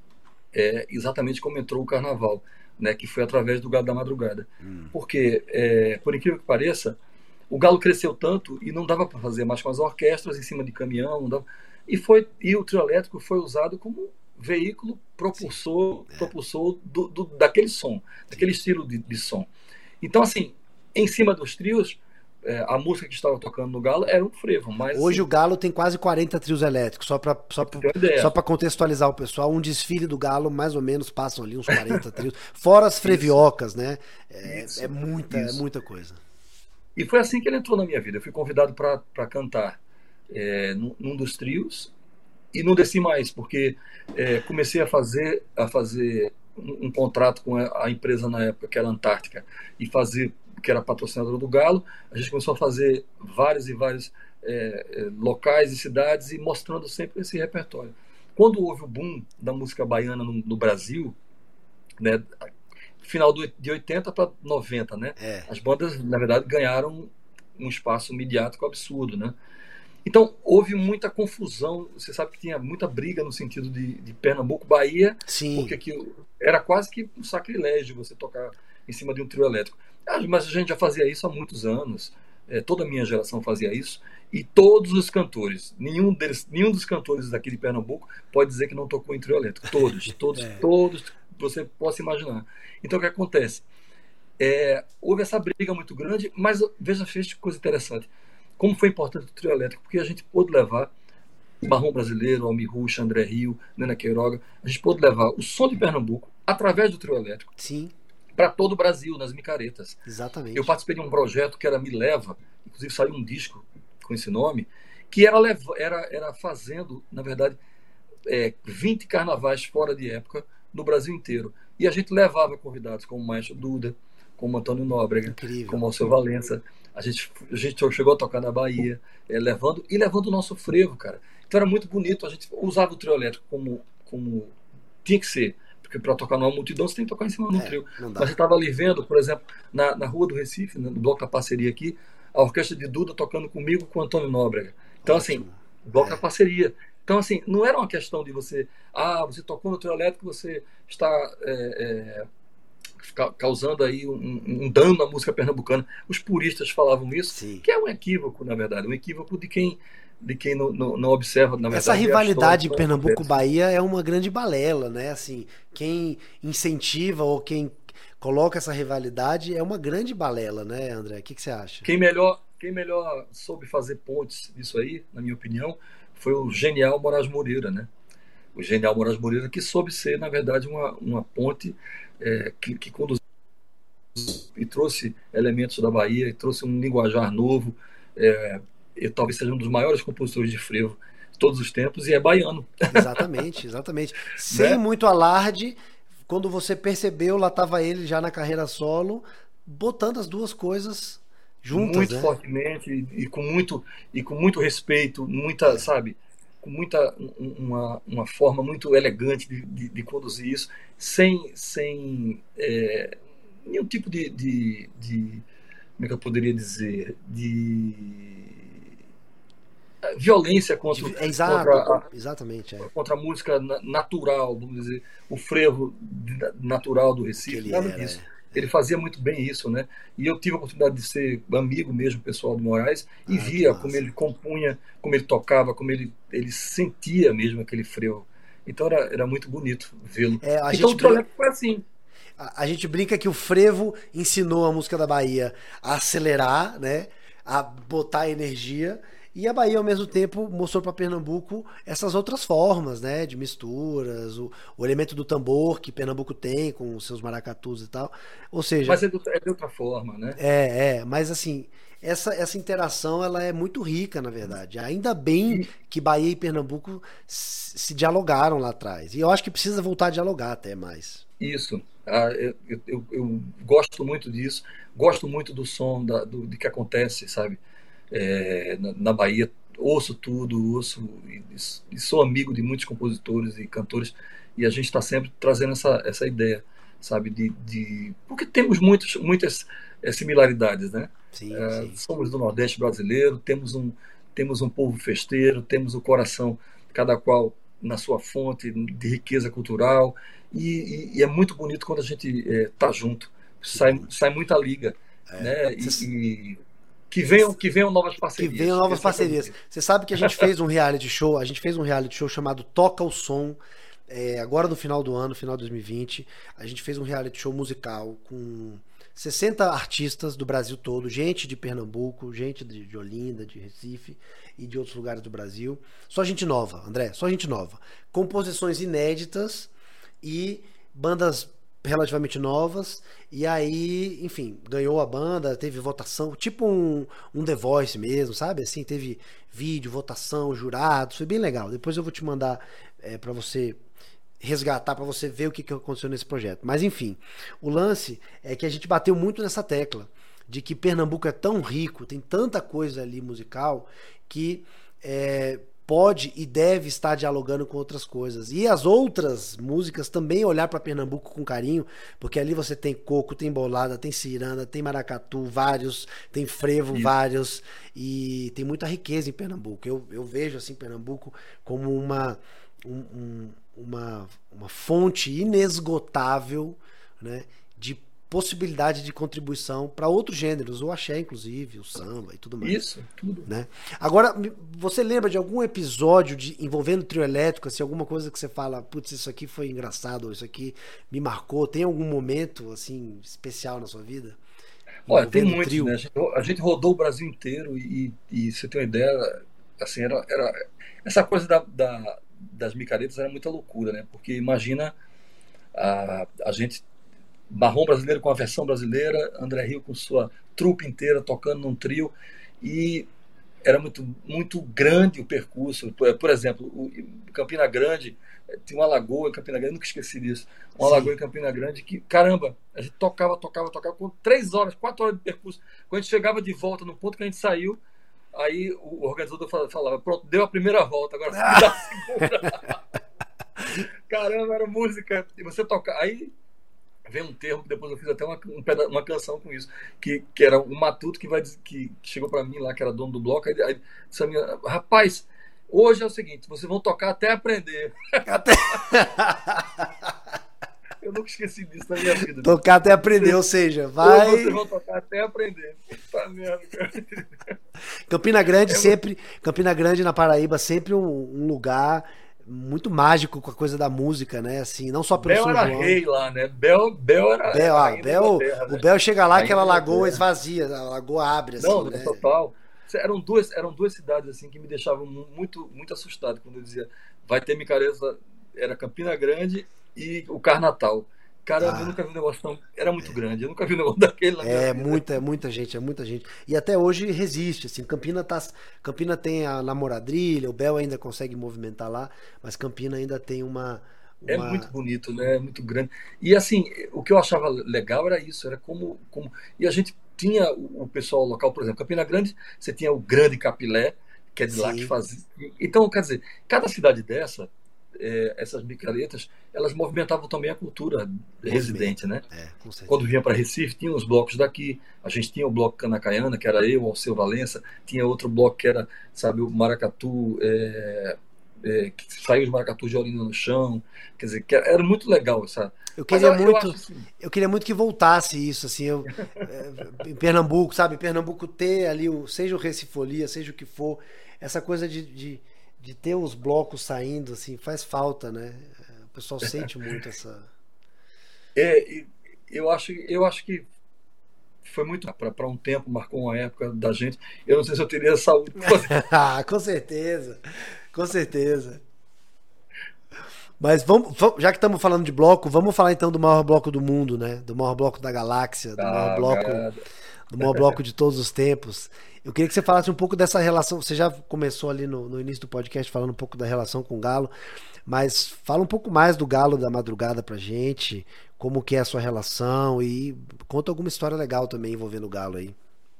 é, exatamente como entrou o carnaval, né, que foi através do Galo da Madrugada. Hum. Porque, é, por incrível que pareça, o Galo cresceu tanto e não dava para fazer mais com as orquestras em cima de caminhão, não dava, e, foi, e o trio elétrico foi usado como veículo propulsor, é. propulsor do, do, daquele som, daquele estilo de, de som. Então, assim, em cima dos trios, é, a música que estava tocando no Galo era um frevo. Mas, Hoje assim, o Galo tem quase quarenta trios elétricos, só para só pra ter uma ideia. só para contextualizar o pessoal, um desfile do Galo mais ou menos passam ali uns quarenta trios, fora as freviocas, né? É, Isso, é muita, é isso. muita coisa. E foi assim que ele entrou na minha vida. Eu fui convidado para cantar é, num, num dos trios e não desci mais, porque é, comecei a fazer, a fazer um, um contrato com a, a empresa na época, que era a Antártica, e fazer, que era patrocinadora do Galo. A gente começou a fazer vários e vários é, é, locais e cidades e mostrando sempre esse repertório. Quando houve o boom da música baiana no, no Brasil, né, final do, de oitenta para noventa, né? É. As bandas, na verdade, ganharam um espaço midiático absurdo, né? Então, houve muita confusão. Você sabe que tinha muita briga no sentido de, de Pernambuco, Bahia, Sim. porque aqui era quase que um sacrilégio você tocar em cima de um trio elétrico. Ah, mas a gente já fazia isso há muitos anos. É, toda a minha geração fazia isso. E todos os cantores, nenhum, deles, nenhum dos cantores daqui de Pernambuco pode dizer que não tocou em trio elétrico. Todos, todos, É. todos, você possa imaginar. Então, o que acontece? É, houve essa briga muito grande, mas veja, fez coisa interessante. Como foi importante o trio elétrico? Porque a gente pôde levar Barrão Brasileiro, Almir Ruxa, André Rio, Nena Queiroga, a gente pôde levar o som de Pernambuco através do trio elétrico Sim, para todo o Brasil, nas micaretas. exatamente. Eu participei de um projeto que era Me Leva, inclusive saiu um disco com esse nome, que era, leva, era, era fazendo, na verdade, é, vinte carnavais fora de época no Brasil inteiro. E a gente levava convidados como o Maestro Duda, como Antônio Nóbrega, Incrível. como Alceu Valença. A gente, a gente chegou a tocar na Bahia, é, levando e levando o nosso frevo, cara. Então era muito bonito. A gente usava o trio elétrico como, como tinha que ser. Porque para tocar numa multidão você tem que tocar em cima de um É, trio. não dá. Mas eu estava ali vendo, por exemplo, na, na Rua do Recife, no Bloco da Parceria aqui, a orquestra de Duda tocando comigo com o Antônio Nóbrega. Então, Ótimo. assim, Bloco É. da Parceria. Então, assim, não era uma questão de você, ah, você tocou no trio elétrico, você está é, é, causando aí um, um dano à música pernambucana. Os puristas falavam isso, Sim. que é um equívoco, na verdade, um equívoco de quem, de quem não, não, não observa, na verdade. Essa a rivalidade história, Pernambuco-Bahia é uma grande balela, né? Assim, quem incentiva ou quem coloca essa rivalidade é uma grande balela, né, André? O que, que você acha? Quem melhor, quem melhor soube fazer pontes disso aí, na minha opinião, foi o genial Moraes Moreira, né? O genial Moraes Moreira, que soube ser, na verdade, uma, uma ponte é, que, que conduziu e trouxe elementos da Bahia, e trouxe um linguajar novo. É, ele talvez seja um dos maiores compositores de frevo de todos os tempos, e é baiano. Exatamente, exatamente. Sem Né? muito alarde, quando você percebeu, lá estava ele já na carreira solo, botando as duas coisas juntas, Muito né? fortemente e, e com muito e com muito respeito, muita, sabe, com muita um- uma, uma forma muito elegante de, de, de conduzir isso, sem sem é, nenhum tipo de, de, de como é que eu poderia dizer, de eh, violência contra, De- é exato, contra a, exatamente, é. contra a música na- natural, vamos dizer, o frevo de- natural do Que Recife, ele nada era, disso. é. Ele fazia muito bem isso, né? E eu tive a oportunidade de ser amigo mesmo pessoal do Moraes e Ah, que via massa. como ele compunha, como ele tocava, como ele, ele sentia mesmo aquele frevo. Então era, era muito bonito vê-lo. É, a Então gente o trio brin- elétrico foi assim. A, a gente brinca que o frevo ensinou a música da Bahia a acelerar, né? A botar energia. E a Bahia, ao mesmo tempo, mostrou para Pernambuco essas outras formas, né? De misturas, o, o elemento do tambor que Pernambuco tem com os seus maracatus e tal. Ou seja, Mas é de, outra- é de outra forma, né? é, é, mas assim, essa, essa interação ela é muito rica, na verdade. Ainda bem E que Bahia e Pernambuco se, se dialogaram lá atrás. E eu acho que precisa voltar a dialogar até mais. isso, ah, eu, eu, eu- eu gosto muito disso, gosto muito do som da, do, de que acontece, sabe? É, na, na Bahia, ouço tudo, ouço e, e sou amigo de muitos compositores e cantores, e a gente está sempre trazendo essa, essa ideia, sabe? De, de, porque temos muitos, muitas eh, similaridades, né? Sim, Eh, sim. somos do Nordeste brasileiro, temos um, temos um povo festeiro, temos o coração, cada qual na sua fonte de riqueza cultural, e, e- e é muito bonito quando a gente está junto, Que sai, bom. sai muita liga, né? E, Cês- e que venham, que venham novas Que parcerias. venham novas Esse é que é o parcerias. bonito. Você sabe que a gente fez um reality show, a gente fez um reality show chamado Toca o Som é, agora no final do ano, final de dois mil e vinte, a gente fez um reality show musical com sessenta artistas do Brasil todo, gente de Pernambuco, gente de, de Olinda, de Recife e de outros lugares do Brasil. Só gente nova, André, só gente nova. Composições inéditas e bandas relativamente novas. E aí, enfim, ganhou a banda, teve votação, tipo um, um The Voice mesmo, sabe? Assim, teve vídeo, votação, jurados, foi bem legal. Depois eu vou te mandar é, para você resgatar, para você ver o que, que aconteceu nesse projeto. Mas enfim, o lance é que a gente bateu muito nessa tecla de que Pernambuco é tão rico, tem tanta coisa ali musical que é, pode e deve estar dialogando com outras coisas. E as outras músicas também olhar para Pernambuco com carinho, porque ali você tem coco, tem bolada, tem ciranda, tem maracatu, vários, tem frevo, Isso. vários, e tem muita riqueza em Pernambuco. Eu, eu vejo assim Pernambuco como uma um, um, uma, uma fonte inesgotável, né, de possibilidade de contribuição para outros gêneros, o axé inclusive, o samba e tudo mais. Isso, tudo. Né? Agora, você lembra de algum episódio de, envolvendo trio elétrico, assim, alguma coisa que você fala, putz, isso aqui foi engraçado, ou isso aqui me marcou? Tem algum momento assim especial na sua vida? Olha, tem muitos, trio? Né? A gente, a gente rodou o Brasil inteiro e, e, e você tem uma ideia, assim, era, era essa coisa da, da, das micaretas era muita loucura, né? Porque imagina a, a gente Marrom Brasileiro com a versão brasileira, André Rio com sua trupe inteira tocando num trio, e era muito, muito grande o percurso. Por, por exemplo, o Campina Grande, tinha uma lagoa em Campina Grande, nunca esqueci disso, uma Sim. lagoa em Campina Grande que, caramba, a gente tocava, tocava, tocava, com três horas, quatro horas de percurso. Quando a gente chegava de volta no ponto que a gente saiu, aí o organizador falava, pronto, deu a primeira volta, agora você dá a segunda. Caramba, era música, e você toca, aí vem um termo que depois eu fiz até uma, uma canção com isso, que, que era o Matuto que, vai, que chegou para mim lá, que era dono do bloco, aí, aí disse a minha, rapaz, hoje é o seguinte, vocês vão tocar até aprender. Até... Eu nunca esqueci disso na minha vida. Tocar até aprender, ou seja, vai... Hoje vocês vão tocar até aprender. Puta merda, cara. Campina Grande é sempre, Campina Grande na Paraíba, sempre um, um lugar... muito mágico com a coisa da música, né? Assim, não só pelo Bel São era João. rei lá, né? Bel, Bel era. Bel, ah, Bel, terra, o né? Bel chega lá, Ainda aquela lagoa esvazia, a lagoa abre, assim, não, né? Total. Eram duas, eram duas cidades assim que me deixavam muito, muito assustado quando eu dizia vai ter micareta, era Campina Grande e o Carnatal. Caramba, ah, eu nunca vi um negócio tão... Era muito é. grande, eu nunca vi um negócio daquele na É, muita, é muita gente, é muita gente. E até hoje resiste, assim, Campina tá... Campina tem a namoradrilha, o Bel ainda consegue movimentar lá, mas Campina ainda tem uma... uma... É muito bonito, né? É muito grande. E assim, o que eu achava legal era isso, era como... como... E a gente tinha o pessoal local, por exemplo, Campina Grande, você tinha o Grande Capilé, que é de Sim. lá que fazia... Então, quer dizer, cada cidade dessa, É, essas micaretas, elas movimentavam também a cultura residente, né? É, quando vinha para Recife, tinha os blocos daqui, a gente tinha o bloco Canacaiana, que era eu, Alceu Valença, tinha outro bloco que era, sabe, o Maracatu, é, é, que saiu os Maracatu de Olinda no chão, quer dizer, que era, era muito legal, sabe? Eu queria eu, muito, eu, assim, eu queria muito que voltasse isso, assim, eu, é, em Pernambuco, sabe, Pernambuco ter ali, o, seja o Recifolia, seja o que for, essa coisa de, de de ter os blocos saindo, assim, faz falta, né? O pessoal sente muito essa... É, eu acho, eu acho que foi muito para um tempo, marcou uma época da gente. Eu não sei se eu teria saúde. Ah, com certeza, com certeza. Mas vamos, já que estamos falando de bloco, vamos falar então do maior bloco do mundo, né? Do maior bloco da galáxia, do ah, maior bloco, do maior bloco de todos os tempos. Eu queria que você falasse um pouco dessa relação. Você já começou ali no, no início do podcast falando um pouco da relação com o Galo, mas fala um pouco mais do Galo da Madrugada pra gente, como que é a sua relação e conta alguma história legal também envolvendo o Galo aí.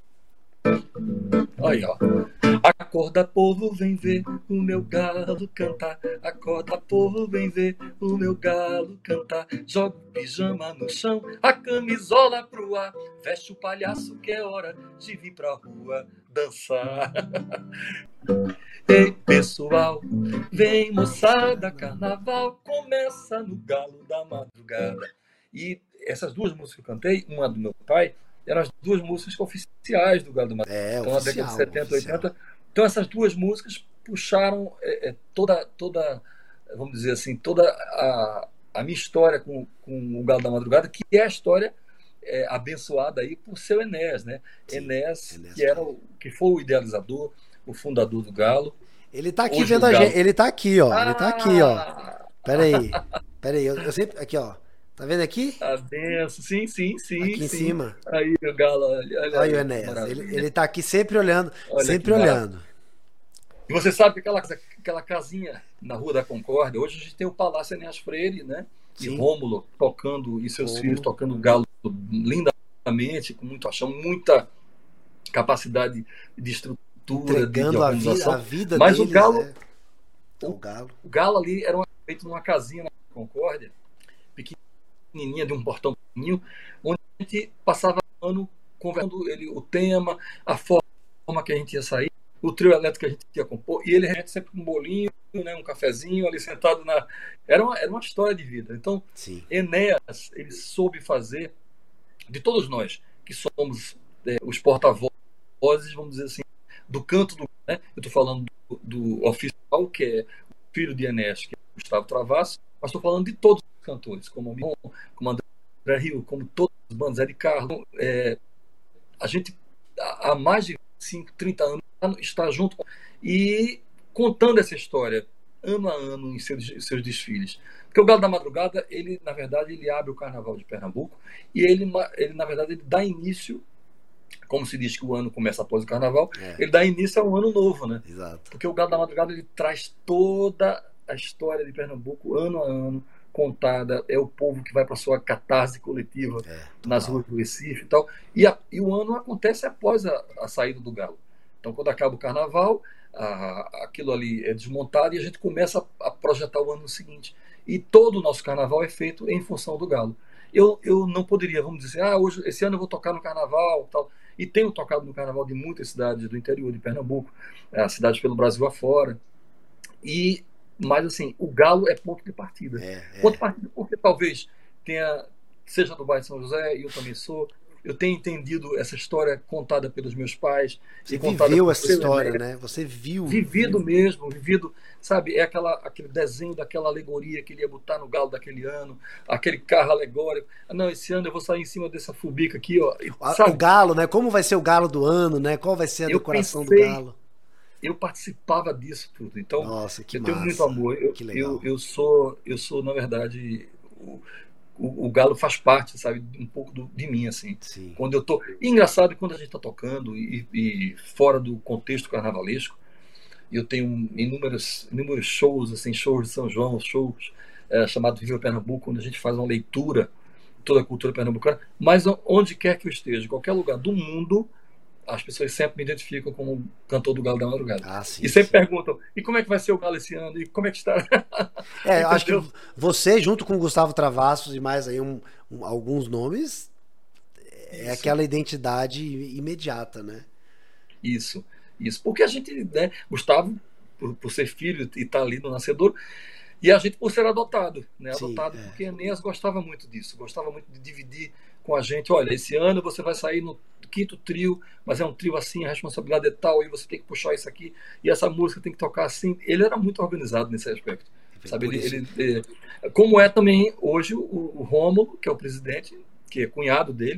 Aí, ó. Acorda, povo, vem ver o meu galo cantar. Acorda, povo, vem ver o meu galo cantar. Joga o pijama no chão, a camisola pro ar. Veste o palhaço que é hora de vir pra rua dançar. Ei, pessoal, vem moçada, carnaval começa no Galo da Madrugada. E essas duas músicas que eu cantei, uma do meu pai, eram as duas músicas oficiais do Galo da Madrugada. É, então, oficial, na década de setenta, oficial. oitenta. Então, essas duas músicas puxaram é, é, toda, toda vamos dizer assim, toda a, a minha história com, com o Galo da Madrugada, que é a história é, abençoada aí por seu Enéas, né? Sim, Enéas, Enéas que, era o, que foi o idealizador, o fundador do Galo. Ele tá aqui Hoje o vendo a Galo... gente. Ele tá aqui, ó. Ele tá aqui, ó. Ah! Pera aí. Pera aí. Eu, eu sempre. Aqui, ó. Tá vendo aqui? A benção, sim, sim, sim, Aqui em sim. cima. Aí o Galo, olha, olha Olha o aí, que Enéas. Ele, maravilha. ele tá aqui sempre olhando. Olha que Sempre maravilha. olhando. E você sabe que aquela, aquela casinha na Rua da Concórdia, hoje a gente tem o Palácio Enéas Freire, né? E Sim. Rômulo tocando, e seus Rômulo. filhos tocando Galo lindamente, com muito achão, muita capacidade de estrutura, de, de Entregando a, vi, organização. a vida Mas deles, o Galo, é. o, o Galo. o Galo ali era uma, feito numa casinha na Concórdia, pequenininha, de um portãozinho, onde a gente passava o ano conversando ele, o tema, a forma que a gente ia sair, o trio elétrico que a gente ia compor, e ele realmente sempre com um bolinho, né, um cafezinho ali sentado na... Era uma, era uma história de vida. Então, Sim. Enéas, ele soube fazer, de todos nós, que somos é, os porta-vozes, vamos dizer assim, do canto do... Né? Eu estou falando do, do oficial, que é o filho de Enéas, que é o Gustavo Travasso, mas estou falando de todos os cantores, como o Miron, como André Rio, como todas as bandas, Zé de Carlos. É, a gente, há mais de vinte e cinco, trinta anos, está junto e contando essa história, ano a ano, em seus, seus desfiles. Porque o Galo da Madrugada, ele, na verdade, ele abre o Carnaval de Pernambuco e ele, ele na verdade, ele dá início, como se diz que o ano começa após o Carnaval, é. ele dá início a um ano novo, né? Exato. Porque o Galo da Madrugada, ele traz toda a história de Pernambuco, ano a ano, contada, é o povo que vai para sua catarse coletiva é, nas ruas do Recife e tal. E, a, e o ano acontece após a, a saída do Galo. Então, quando acaba o Carnaval, a, aquilo ali é desmontado e a gente começa a, a projetar o ano seguinte. E todo o nosso Carnaval é feito em função do Galo. Eu, eu não poderia, vamos dizer, ah, hoje, esse ano eu vou tocar no Carnaval, tal. E tenho tocado no Carnaval de muitas cidades do interior de Pernambuco, é, cidades pelo Brasil afora. E, mas, assim, o Galo é ponto de partida. É, é. Ponto de partida porque talvez tenha, seja do bairro de São José, e eu também sou, eu tenho entendido essa história contada pelos meus pais. Você e contada viveu essa pelo história, Enéas, né? Você viu. Vivido mesmo, vivido, sabe? É aquela, aquele desenho daquela alegoria que ele ia botar no Galo daquele ano, aquele carro alegórico. Ah, não, esse ano eu vou sair em cima dessa fubica aqui, ó. E, sabe? O Galo, né? Como vai ser o Galo do ano, né? Qual vai ser a eu decoração pensei, do Galo? Eu participava disso tudo. Então, nossa, que eu massa. tenho muito amor. Eu, que legal. Eu, eu, sou, eu sou, na verdade, o, o, o Galo faz parte, sabe, um pouco do, de mim, assim. Sim. Quando eu tô... E engraçado, quando a gente está tocando e, e fora do contexto carnavalesco, eu tenho inúmeros, inúmeros shows, assim, shows de São João, shows é, chamados Viva Pernambuco, onde a gente faz uma leitura de toda a cultura pernambucana, mas onde quer que eu esteja, em qualquer lugar do mundo, as pessoas sempre me identificam como cantor do Galo da Madrugada. Ah, sim, e sempre sim. perguntam, e como é que vai ser o Galo esse ano? E como é que está? É, eu acho que você, junto com o Gustavo Travassos e mais aí um, um, alguns nomes, é Isso. aquela identidade imediata, né? Isso, isso. Porque a gente, né, Gustavo, por, por ser filho e estar tá ali no nascedor, e a gente por ser adotado, né? Adotado Sim, é. porque Enéas gostava muito disso, gostava muito de dividir com a gente, olha, esse ano você vai sair no quinto trio, mas é um trio assim, a responsabilidade é tal, e você tem que puxar isso aqui, e essa música tem que tocar assim. Ele era muito organizado nesse aspecto. É sabe? Ele, ele, ele, como é também hoje o, o Rômulo, que é o presidente, que é cunhado dele.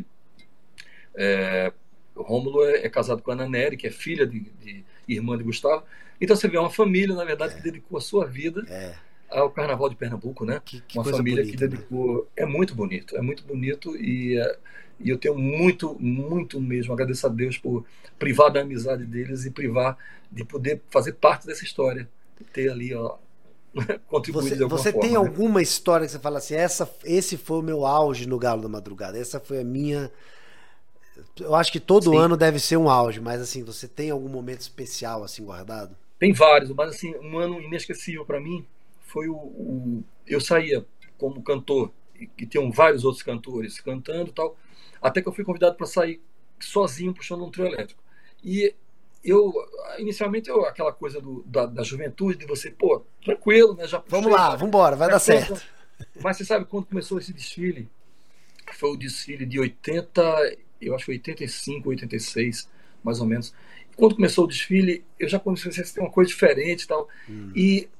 É, o Rômulo é, é casado com a Ana Nery, que é filha de, de irmã de Gustavo. Então você vê uma família, na verdade, é. que dedicou a sua vida é. ao Carnaval de Pernambuco, né? Que, que uma família bonita, que dedicou. Né? É muito bonito, é muito bonito e. E eu tenho muito, muito mesmo, agradeço a Deus por privar da amizade deles e privar de poder fazer parte dessa história, ter ali, ó, contribuído você, de alguma você forma. Você tem né? alguma história que você fala assim, essa, esse foi o meu auge no Galo da Madrugada, essa foi a minha... Eu acho que todo Sim. ano deve ser um auge, mas assim, você tem algum momento especial assim guardado? Tem vários, mas assim, um ano inesquecível para mim foi o, o... Eu saía como cantor, e, e tinham vários outros cantores cantando e tal, até que eu fui convidado para sair sozinho puxando um trio elétrico. E eu, inicialmente, eu, aquela coisa do, da, da juventude, de você, pô, tranquilo, né? Já puxei, vamos lá, vamos embora, vai dar certo. Mas você sabe quando começou esse desfile? Foi o desfile de oitenta, eu acho que oitenta e cinco, oitenta e seis, mais ou menos. E quando começou o desfile, eu já comecei a ter uma coisa diferente e tal. Hum. E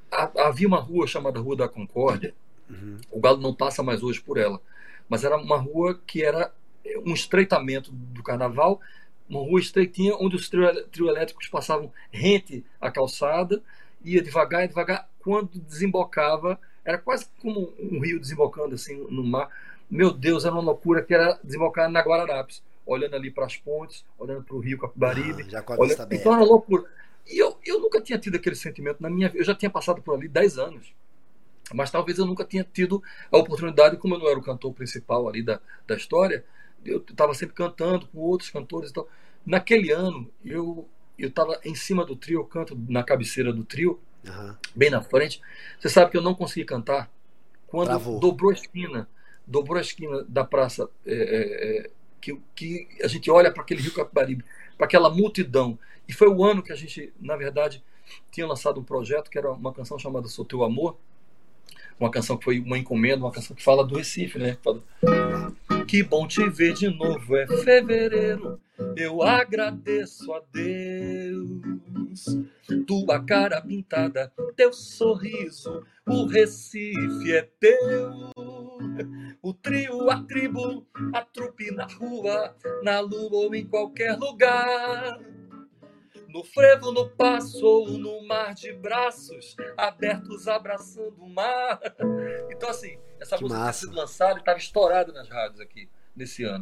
havia uma rua chamada Rua da Concórdia. Uhum. O Galo não passa mais hoje por ela, mas era uma rua que era um estreitamento do Carnaval, uma rua estreitinha onde os trio, trio elétricos passavam rente à calçada, ia devagar e devagar. Quando desembocava, era quase como um rio desembocando assim no mar. Meu Deus, era uma loucura, que era desembocar na Guararapes, olhando ali para as pontes, olhando para o rio Capibaribe. Ah, já com a olhando... vista aberta. Então era uma loucura. E eu, eu nunca tinha tido aquele sentimento na minha vida. Eu já tinha passado por ali dez anos. Mas talvez eu nunca tinha tido a oportunidade, como eu não era o cantor principal ali da, da história, eu estava sempre cantando com outros cantores e tal. Naquele ano, eu estava em cima do trio, eu canto na cabeceira do trio, uhum. bem na frente. Você sabe que eu não consegui cantar quando Travou. dobrou a esquina, dobrou a esquina da praça, é, é, que, que a gente olha para aquele rio Capibaribe, para aquela multidão. E foi o ano que a gente, na verdade, tinha lançado um projeto que era uma canção chamada Sou Teu Amor, uma canção que foi uma encomenda, uma canção que fala do Recife, né? Fala, que bom te ver de novo, é fevereiro, eu agradeço a Deus. Tua cara pintada, teu sorriso, o Recife é teu. O trio, a tribo, a trupe na rua, na lua ou em qualquer lugar. No frevo, no passo ou no mar de braços abertos abraçando o mar. Então, assim, essa que música tinha massa. sido lançada e estava estourada nas rádios aqui nesse ano.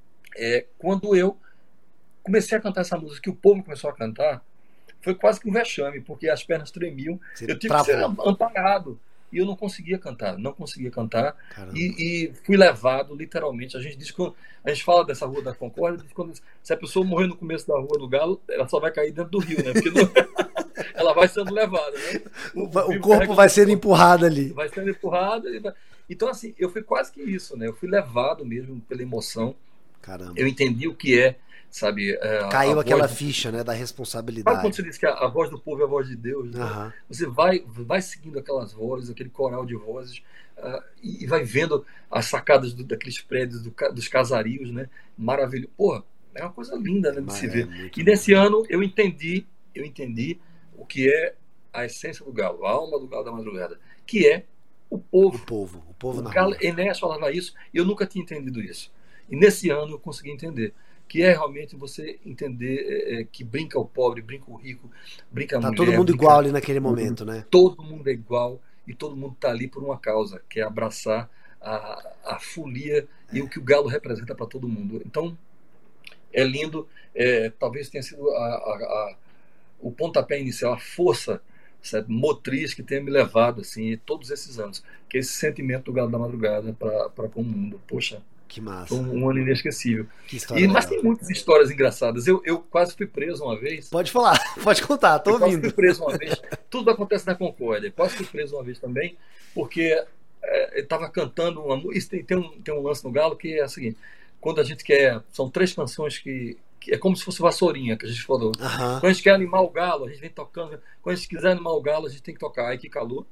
É, quando eu comecei a cantar essa música, que o povo começou a cantar, foi quase que um vexame, porque as pernas tremiam. Você eu tive travou. que ser amparado. E eu não conseguia cantar, não conseguia cantar. E, e fui levado, literalmente. A gente diz que a gente fala dessa Rua da Concórdia, diz que quando, se a pessoa morrer no começo da Rua do Galo, ela só vai cair dentro do rio, né? Porque não, ela vai sendo levada, né? O, o, o corpo vai sendo empurrado ali. Vai sendo empurrado. Vai... Então, assim, eu fui quase que isso, né? Eu fui levado mesmo pela emoção. Caramba. Eu entendi o que é, sabe? É, Caiu aquela ficha, né, da responsabilidade. Sabe quando você diz que a, a voz do povo é a voz de Deus? Né? Uhum. Você vai, vai seguindo aquelas vozes, aquele coral de vozes, uh, e, e vai vendo as sacadas do, daqueles prédios, do, dos casarios, né? Maravilhoso. Porra, é uma coisa linda, né, de se ver. É e nesse bom. ano eu entendi, eu entendi o que é a essência do Galo, a alma do Galo da Madrugada, que é o povo. O povo, o povo o na Galo, rua. Enéas falava isso e eu nunca tinha entendido isso. E nesse ano eu consegui entender. Que é realmente você entender é, que brinca o pobre, brinca o rico, brinca a tá mulher. Tá todo mundo brinca, igual ali naquele momento, né? Todo mundo é igual e todo mundo está ali por uma causa, que é abraçar a, a folia é. e o que o Galo representa para todo mundo. Então, é lindo. É, talvez tenha sido a, a, a, o pontapé inicial, a força, sabe, motriz que tenha me levado assim, todos esses anos. Que é esse sentimento do Galo da Madrugada para com o mundo. Poxa, que massa. Um, um ano inesquecível. Que e, mas tem muitas histórias engraçadas. Eu, eu quase fui preso uma vez. Pode falar, pode contar, tô eu ouvindo. Quase fui preso uma vez. Tudo acontece na Concórdia. Quase fui preso uma vez também, porque é, eu estava cantando uma música. Tem, tem, um, tem um lance no Galo que é o seguinte: quando a gente quer. São três canções que. que é como se fosse vassourinha, que a gente falou. Uhum. Quando a gente quer animar o Galo, a gente vem tocando. Quando a gente quiser animar o Galo, a gente tem que tocar Ai Que Calor.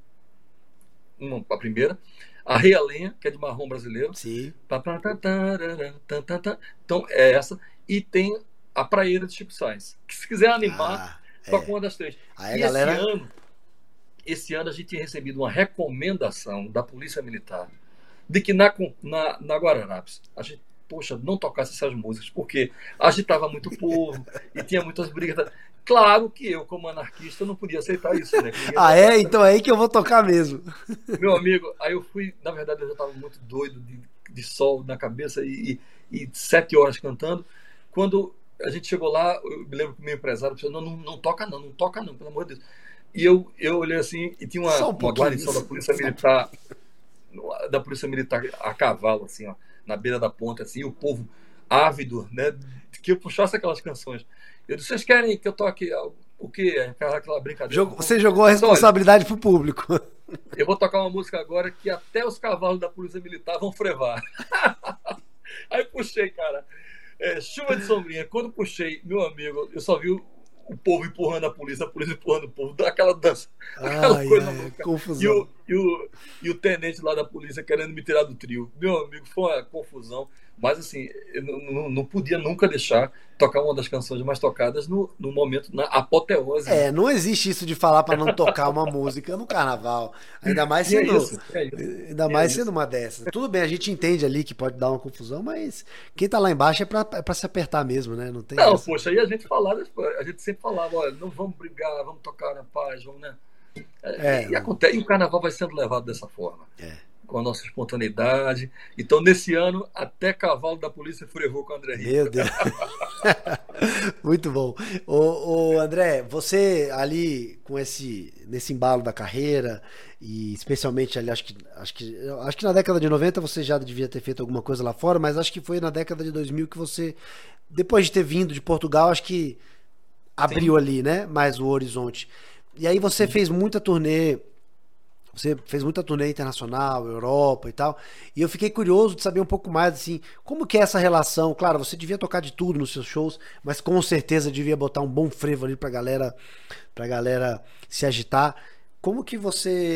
Uma, a primeira. A Rei a Lenha, que é de marrom brasileiro. Sim. Então, é essa. E tem a Praieira de Chico Sainz. Que se quiser animar, ah, toca é. uma das três. Aí, e galera... esse, ano, esse ano a gente tinha recebido uma recomendação da Polícia Militar de que na, na, na Guararapes a gente, poxa, não tocasse essas músicas, porque agitava muito o povo e tinha muitas brigas. Claro que eu, como anarquista, não podia aceitar isso, né? Ah, é? Então é aí que eu vou tocar mesmo. Meu amigo, aí eu fui, na verdade eu já estava muito doido de, de sol na cabeça e, e, e sete horas cantando. Quando a gente chegou lá, eu me lembro que o meu empresário disse, não, não, não toca não, não toca não, pelo amor de Deus. E eu, eu olhei assim, e tinha uma, um uma guarnição da Polícia Militar, da Polícia Militar a cavalo, assim, ó, na beira da ponte, assim, e o povo ávido, né, que eu puxasse aquelas canções. Eu disse, vocês querem que eu toque o quê? Aquela brincadeira. Jogo, você jogou a responsabilidade pro público. Eu vou tocar uma música agora que até os cavalos da Polícia Militar vão frevar. Aí puxei, cara. É, Chuva de Sombrinha. Quando puxei, meu amigo, eu só vi o, o povo empurrando a polícia, a polícia empurrando o povo, aquela dança. Aquela ai, coisa ai, louca. confusão. E, eu, e, o, e o tenente lá da polícia querendo me tirar do trio. Meu amigo, foi uma confusão. Mas assim, eu não, não podia nunca deixar tocar uma das canções mais tocadas no, no momento, na apoteose. É, não existe isso de falar para não tocar uma música no carnaval. Ainda mais E é sendo, isso, é isso. ainda E mais é sendo isso. uma dessas. Tudo bem, a gente entende ali que pode dar uma confusão, mas quem tá lá embaixo é pra, é pra se apertar mesmo, né? Não tem Não, essa. poxa, aí a gente falava, a gente sempre falava, olha, não vamos brigar, vamos tocar na paz, vamos, né? É, E, e acontece, e o carnaval vai sendo levado dessa forma, é. com a nossa espontaneidade. Então, nesse ano, até cavalo da polícia frevou com o André Rico. Meu Deus. Muito bom. Ô, ô, André, você ali com esse nesse embalo da carreira e especialmente ali, acho que acho que acho que na década de noventa você já devia ter feito alguma coisa lá fora, mas acho que foi na década de dois mil que você, depois de ter vindo de Portugal, acho que abriu Sim. ali, né, mais o horizonte. E aí você fez muita turnê. Você fez muita turnê internacional, Europa e tal, e eu fiquei curioso de saber um pouco mais, assim, como que é essa relação. Claro, você devia tocar de tudo nos seus shows, mas com certeza devia botar um bom frevo ali pra galera, pra galera se agitar. Como que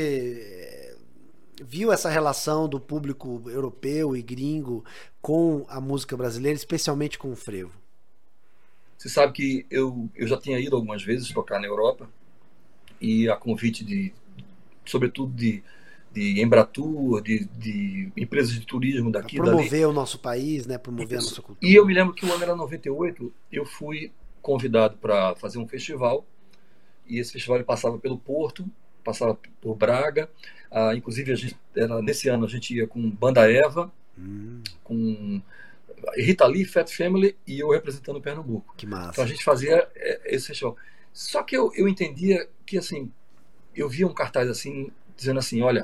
você viu essa relação do público europeu e gringo com a música brasileira, especialmente com o frevo? Você sabe que eu, eu já tinha ido algumas vezes tocar na Europa, e a convite de, sobretudo de, de Embratur, de, de empresas de turismo Pra daqui e dali. promover o nosso país, né, promover a nossa Isso. cultura. E eu me lembro que o ano era noventa e oito, eu fui convidado para fazer um festival, e esse festival ele passava pelo Porto, passava por Braga, ah, inclusive a gente, era, nesse ano a gente ia com Banda Eva, Hum, com Rita Lee, Fat Family e eu representando Pernambuco. que Então massa. a gente fazia é, esse festival. Só que eu, eu entendia que, assim, eu via um cartaz assim, dizendo assim, olha,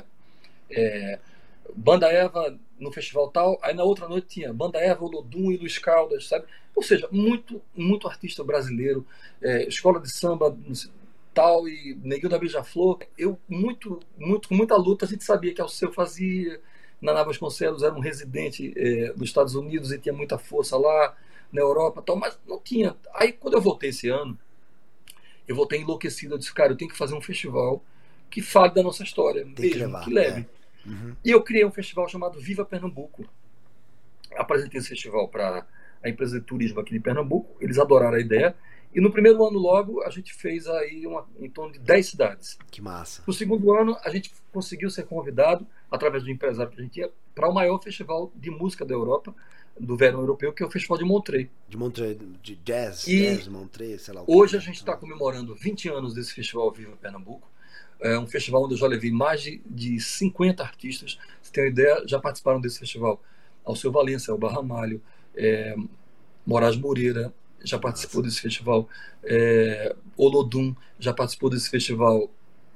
é, Banda Eva no festival tal, aí na outra noite tinha Banda Eva, Olodum e Luiz Caldas, sabe? Ou seja, muito, muito artista brasileiro, é, escola de samba tal, e Neguinho da Beija-Flor. Eu, muito, muito, com muita luta, a gente sabia que Alceu fazia, Naná Vasconcelos era um residente é, dos Estados Unidos e tinha muita força lá na Europa, tal, mas não tinha. Aí quando eu voltei esse ano, eu voltei enlouquecido. Eu disse, cara, eu tenho que fazer um festival que fale da nossa história, Tem que mesmo, levar. que leve. É. Uhum. E eu criei um festival chamado Viva Pernambuco. Apresentei esse festival para a empresa de turismo aqui de Pernambuco, eles adoraram a ideia. E no primeiro ano logo, a gente fez aí uma, em torno de dez cidades. Que massa. No segundo ano, a gente conseguiu ser convidado, através do empresário que a gente tinha, para o maior festival de música da Europa, do verão europeu, que é o Festival de Montreux. De Montreux, de jazz, E jazz, Montreux, sei lá o que. hoje a gente está comemorando vinte anos desse festival Viva Pernambuco. É um festival onde eu já levei mais de, de cinquenta artistas. Você tem uma ideia, já participaram desse festival. Alceu Valença, Elba Ramalho, é, Moraes Moreira já participou desse festival, é, Olodum já participou desse festival.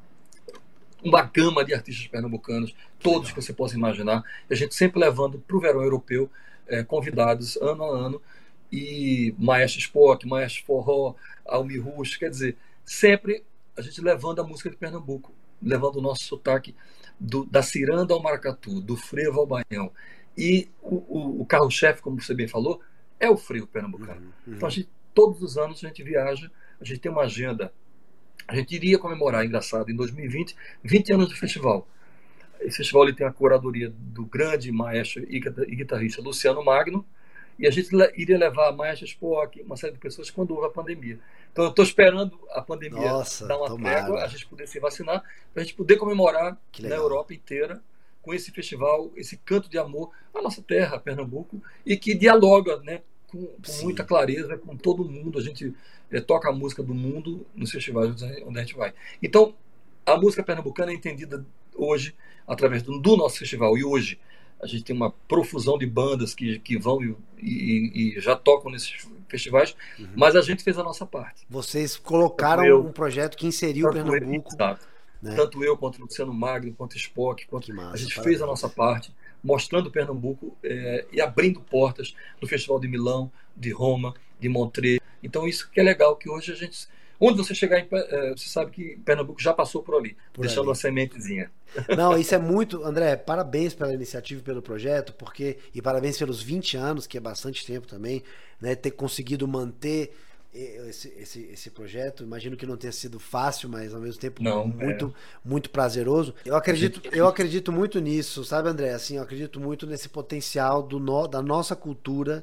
Uma gama de artistas pernambucanos, todos que, que você possa imaginar. A gente sempre levando para o verão europeu é, convidados ano a ano. E Maestro Spock, Maestro Forró, Almir Rush, quer dizer, sempre a gente levando a música de Pernambuco, levando o nosso sotaque do, da ciranda ao maracatu, do frevo ao baião. E o, o, o carro-chefe, como você bem falou, é o frevo pernambucano. Uhum, uhum. Então, a gente, todos os anos a gente viaja, a gente tem uma agenda. A gente iria comemorar, engraçado, em dois mil e vinte, vinte anos do festival. Esse festival ele tem a curadoria do grande maestro e guitarrista Luciano Magno, e a gente iria levar a Maestro Spock, uma série de pessoas, quando houve a pandemia. Então eu estou esperando a pandemia Nossa, dar uma tomara. trégua, a gente poder se vacinar, para a gente poder comemorar na Europa inteira com esse festival, esse canto de amor à nossa terra, Pernambuco, e que dialoga, né, com, com muita clareza com todo mundo. A gente é, toca a música do mundo nos festivais onde a gente vai. Então, a música pernambucana é entendida hoje através do, do nosso festival. E hoje a gente tem uma profusão de bandas que, que vão e, e, e já tocam nesses festivais, uhum. Mas a gente fez a nossa parte. Vocês colocaram eu, um projeto que inseriu o Pernambuco. Eu, né? Tanto eu, quanto o Luciano Magno, quanto o Spock, quanto massa, a gente parabéns. fez a nossa parte, mostrando Pernambuco é, e abrindo portas no Festival de Milão, de Roma, de Montreux. Então isso que é legal, que hoje a gente... Onde você chegar, em, é, você sabe que Pernambuco já passou por ali, por deixando ali. Uma sementezinha. Não, isso é muito... André, parabéns pela iniciativa e pelo projeto, porque e parabéns pelos vinte anos, que é bastante tempo também, né, ter conseguido manter esse, esse, esse projeto. Imagino que não tenha sido fácil, mas ao mesmo tempo Não, muito, é. muito prazeroso. Eu acredito, eu acredito muito nisso, sabe, André? Assim, eu acredito muito nesse potencial do no, da nossa cultura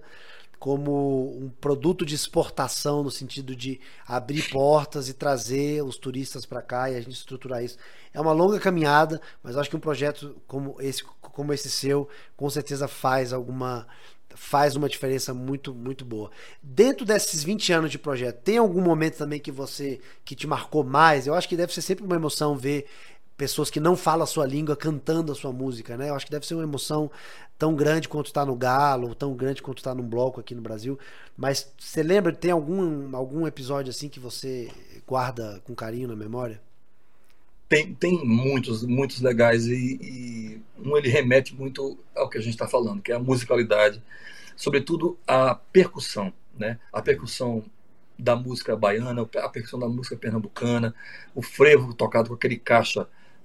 como um produto de exportação, no sentido de abrir portas e trazer os turistas para cá e a gente estruturar isso. É uma longa caminhada, mas eu acho que um projeto como esse, como esse seu, com certeza faz alguma faz uma diferença muito, muito boa. Dentro desses vinte anos de projeto, tem algum momento também que você que te marcou mais? Eu acho que deve ser sempre uma emoção ver pessoas que não falam a sua língua cantando a sua música, né? Eu acho que deve ser uma emoção tão grande quanto está no Galo, tão grande quanto está num bloco aqui no Brasil. Mas você lembra, tem algum, algum episódio assim que você guarda com carinho na memória? Tem, tem muitos, muitos legais e, e um ele remete muito ao que a gente está falando, que é a musicalidade, sobretudo a percussão, né? A percussão da música baiana, a percussão da música pernambucana, o frevo tocado com aquele caixa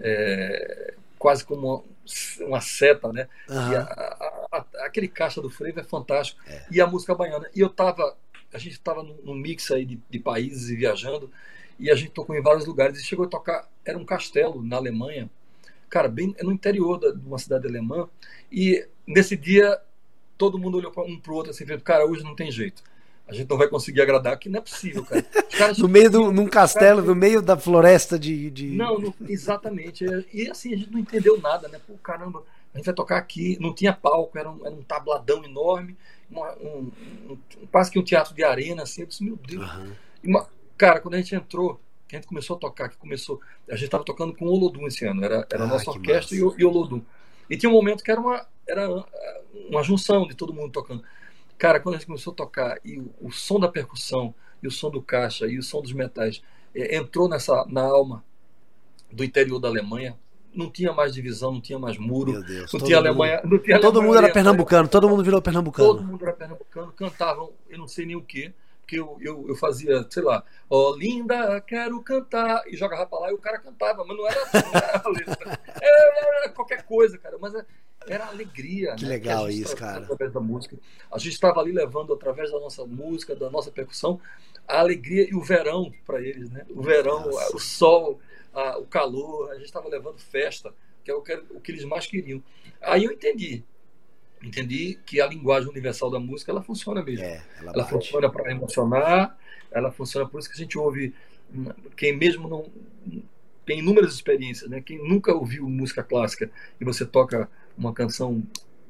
é, quase como uma, uma seta, né? Uhum. E a, a, a, aquele caixa do frevo é fantástico. É. E a música baiana. E eu tava, a gente estava num, num mix aí de, de países e viajando, e a gente tocou em vários lugares e chegou a tocar, era um castelo na Alemanha, cara, bem no interior da, de uma cidade alemã, e nesse dia todo mundo olhou um pro outro assim, cara, hoje não tem jeito. A gente não vai conseguir agradar, que não é possível, cara. Os caras, no meio de um castelo, cara, no meio da floresta de... de... Não, não, exatamente. E assim, a gente não entendeu nada, né? Pô, caramba, a gente vai tocar aqui, não tinha palco, era um, era um tabladão enorme, uma, um, um, quase que um teatro de arena, assim. Eu disse, meu Deus. Uhum. E uma, cara, quando a gente entrou, que a gente começou a tocar, que começou, a gente estava tocando com o Olodum esse ano, era, era ah, a nossa orquestra e o, e o Olodum. E tinha um momento que era uma, era uma junção de todo mundo tocando. Cara, quando a gente começou a tocar e o, o som da percussão, e o som do caixa, e o som dos metais é, entrou nessa, na alma do interior da Alemanha, não tinha mais divisão, não tinha mais muro, Meu Deus, não, tinha Alemanha, mundo, não tinha todo Alemanha. Mundo era pernambucano, todo mundo virou pernambucano. Todo mundo era pernambucano, cantavam, eu não sei nem o quê, porque eu, eu, eu fazia, sei lá, ó, oh, linda, quero cantar, e jogava pra lá e o cara cantava, mas não era, não era a letra, era, era qualquer coisa, cara, mas era alegria. Que né? legal que isso, cara. Através da música. A gente estava ali levando, através da nossa música, da nossa percussão, a alegria e o verão para eles, né? O verão, nossa. o sol, a, o calor, a gente estava levando festa, que é o que, o que eles mais queriam. Aí eu entendi. Entendi que a linguagem universal da música, ela funciona mesmo. É, ela ela funciona para emocionar, ela funciona, por isso que a gente ouve, quem mesmo não... tem inúmeras experiências, né? Quem nunca ouviu música clássica e você toca uma canção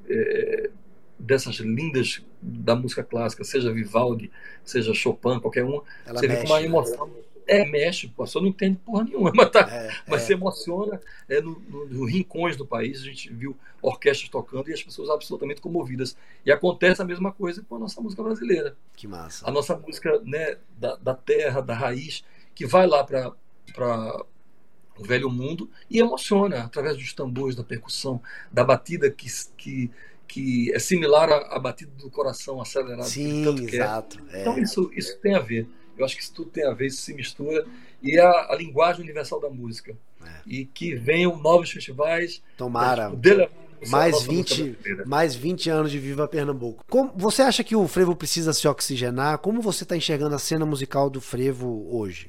é, dessas lindas da música clássica, seja Vivaldi, seja Chopin, qualquer uma, ela você mexe, vê com uma emoção. Né? É, mexe, pô, a pessoa não entende porra nenhuma, mas, tá, é, mas é. se emociona. É, no, no, nos rincões do país, a gente viu orquestras tocando e as pessoas absolutamente comovidas. E acontece a mesma coisa com a nossa música brasileira. Que massa. A nossa música, né, da, da terra, da raiz, que vai lá para o velho mundo e emociona através dos tambores, da percussão, da batida que, que, que é similar à, à batida do coração acelerado. Sim, tanto exato. É. Então isso, isso tem a ver. Eu acho que isso tudo tem a ver, isso se mistura. E é a, a linguagem universal da música. É. E que venham novos festivais. Tomara. Mais vinte, mais vinte anos de Viva Pernambuco. Como, você acha que o frevo precisa se oxigenar? Como você está enxergando a cena musical do frevo hoje?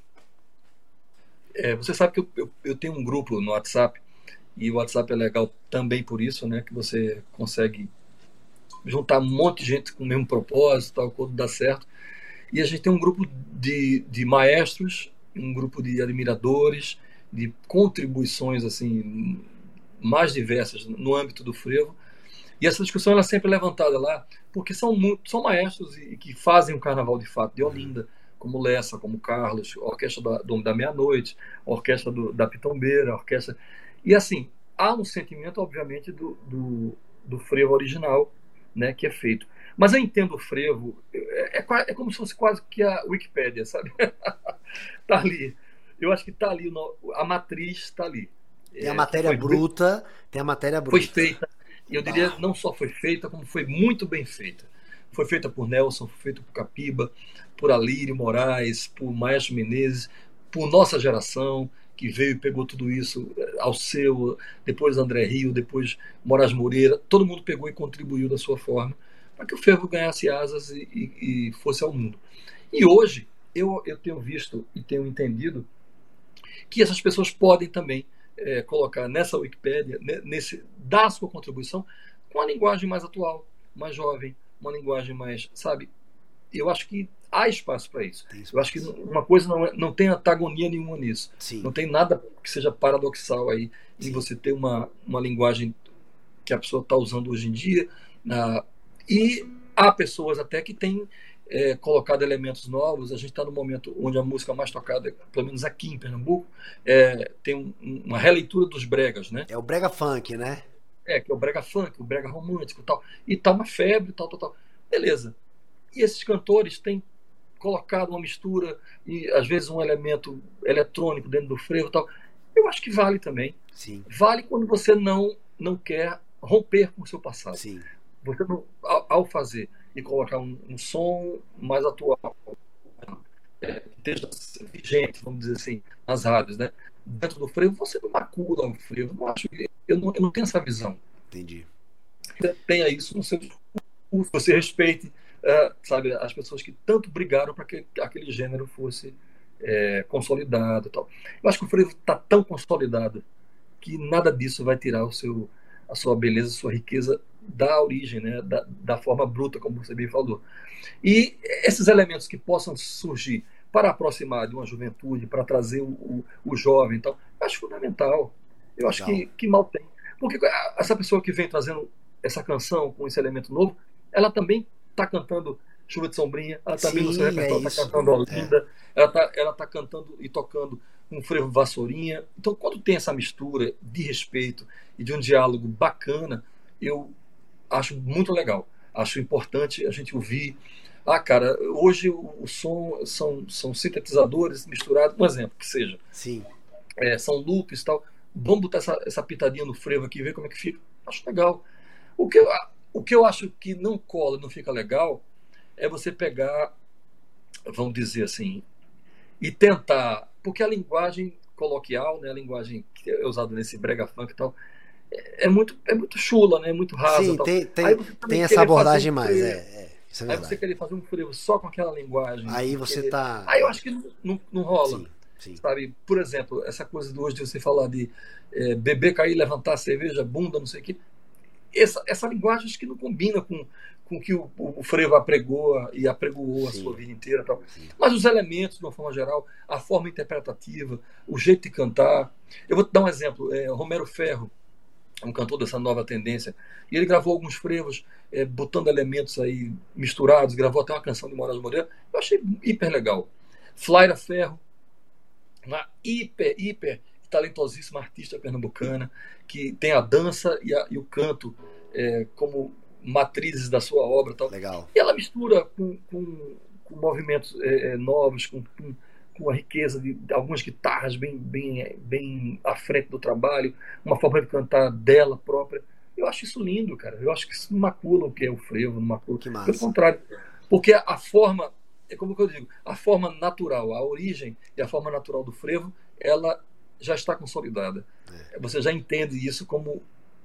É, você sabe que eu, eu, eu tenho um grupo no WhatsApp, e o WhatsApp é legal também por isso, né, que você consegue juntar um monte de gente com o mesmo propósito, tal, quando dá certo. E a gente tem um grupo de, de maestros, um grupo de admiradores, de contribuições assim mais diversas no âmbito do frevo. E essa discussão ela é sempre levantada lá, porque são, muito, são maestros e, que fazem o carnaval de fato, de Olinda, como Lessa, como Carlos, a orquestra da, do, da Meia-Noite, a orquestra do, da Pitombeira, a orquestra... E assim, há um sentimento, obviamente, do, do, do frevo original, né, que é feito. Mas eu entendo o frevo, é, é, é como se fosse quase que a Wikipédia, sabe? Tá ali. Eu acho que tá ali, no, a matriz está ali. Tem a matéria é, bruta, bem, tem a matéria bruta. Foi feita, eu diria, ah. não só foi feita, como foi muito bem feita. Foi feita por Nelson, foi feita por Capiba, por Alírio Moraes, por Maestro Menezes, por nossa geração, que veio e pegou tudo isso ao seu, depois André Rio, depois Moraes Moreira, todo mundo pegou e contribuiu da sua forma para que o frevo ganhasse asas e, e, e fosse ao mundo. E hoje, eu, eu tenho visto e tenho entendido que essas pessoas podem também é, colocar nessa Wikipédia, nesse, dar a sua contribuição com a linguagem mais atual, mais jovem, uma linguagem mais, sabe? Eu acho que há espaço para isso. Eu acho que uma coisa não, é, não tem antagonia nenhuma nisso. Sim. Não tem nada que seja paradoxal aí em Sim. você ter uma, uma linguagem que a pessoa está usando hoje em dia. Uh, e há pessoas até que têm é, colocado elementos novos. A gente está no momento onde a música mais tocada, pelo menos aqui em Pernambuco, é, tem um, uma releitura dos bregas, né? É o brega funk, né? É, que é o brega funk, o brega romântico e tal. E tá uma febre, tal, tal, tal. Beleza. E esses cantores têm colocado uma mistura e às vezes um elemento eletrônico dentro do frevo e tal. Eu acho que vale também. Sim. Vale quando você não, não quer romper com o seu passado. Sim. Você não, ao, ao fazer e colocar um, um som mais atual, é, que esteja vigente, vamos dizer assim, nas rádios, né? Dentro do frevo, você não macula o frevo. Não acho, eu, não, eu não tenho essa visão. Entendi. Tenha isso no seu discurso, você respeite Uh, sabe, as pessoas que tanto brigaram para que aquele gênero fosse é, consolidado e tal. Eu acho que o frevo está tão consolidado que nada disso vai tirar o seu, a sua beleza, a sua riqueza da origem, né, da, da forma bruta, como você bem falou. E esses elementos que possam surgir para aproximar de uma juventude, para trazer o, o, o jovem e tal, eu acho fundamental. Eu acho que, que mal tem. Porque essa pessoa que vem trazendo essa canção com esse elemento novo, ela também está cantando Chuva de Sombrinha, ela também Sim, no seu repertório está é cantando Olinda, é. ela está ela tá cantando e tocando um frevo Vassourinha. Então, quando tem essa mistura de respeito e de um diálogo bacana, eu acho muito legal. Acho importante a gente ouvir. Ah, cara, hoje o, o som são, são sintetizadores misturados, um exemplo que seja. Sim. É, são loops e tal. Vamos botar essa, essa pitadinha no frevo aqui e ver como é que fica. Acho legal. O que eu, o que eu acho que não cola, não fica legal, é você pegar, vamos dizer assim, e tentar, porque a linguagem coloquial, né, a linguagem que é usada nesse brega funk e tal, é, é, muito, é muito chula, né, é muito rasa. Sim, tal. tem, tem, tem essa abordagem um mais, frevo, é, é, isso é aí você querer fazer um frevo só com aquela linguagem. Aí você querer, tá... Aí eu acho que não, não, não rola. Sim, sim. Sabe? Por exemplo, essa coisa de hoje de você falar de é, beber, cair, levantar, cerveja, bunda, não sei o quê. Essa, essa linguagem acho que não combina com com que o, o frevo apregoa e apregoou a Sim. sua vida inteira. Tal. Mas os elementos, de uma forma geral, a forma interpretativa, o jeito de cantar. Eu vou te dar um exemplo. É, Romero Ferro, um cantor dessa nova tendência, e ele gravou alguns frevos é, botando elementos aí misturados, gravou até uma canção de Moraes Moreira. Eu achei hiper legal. Flaira Ferro, uma hiper, hiper talentosíssima artista pernambucana, que tem a dança e, a, e o canto é, como matrizes da sua obra. Tal. Legal. E ela mistura com, com, com movimentos é, novos, com, com, com a riqueza de, de algumas guitarras bem, bem, bem à frente do trabalho, uma forma de cantar dela própria. Eu acho isso lindo, cara. Eu acho que isso não macula o que é o frevo, não macula. Que massa. Pelo contrário, porque a forma, é como eu digo, a forma natural, a origem e a forma natural do frevo, ela já está consolidada. É. Você já entende isso como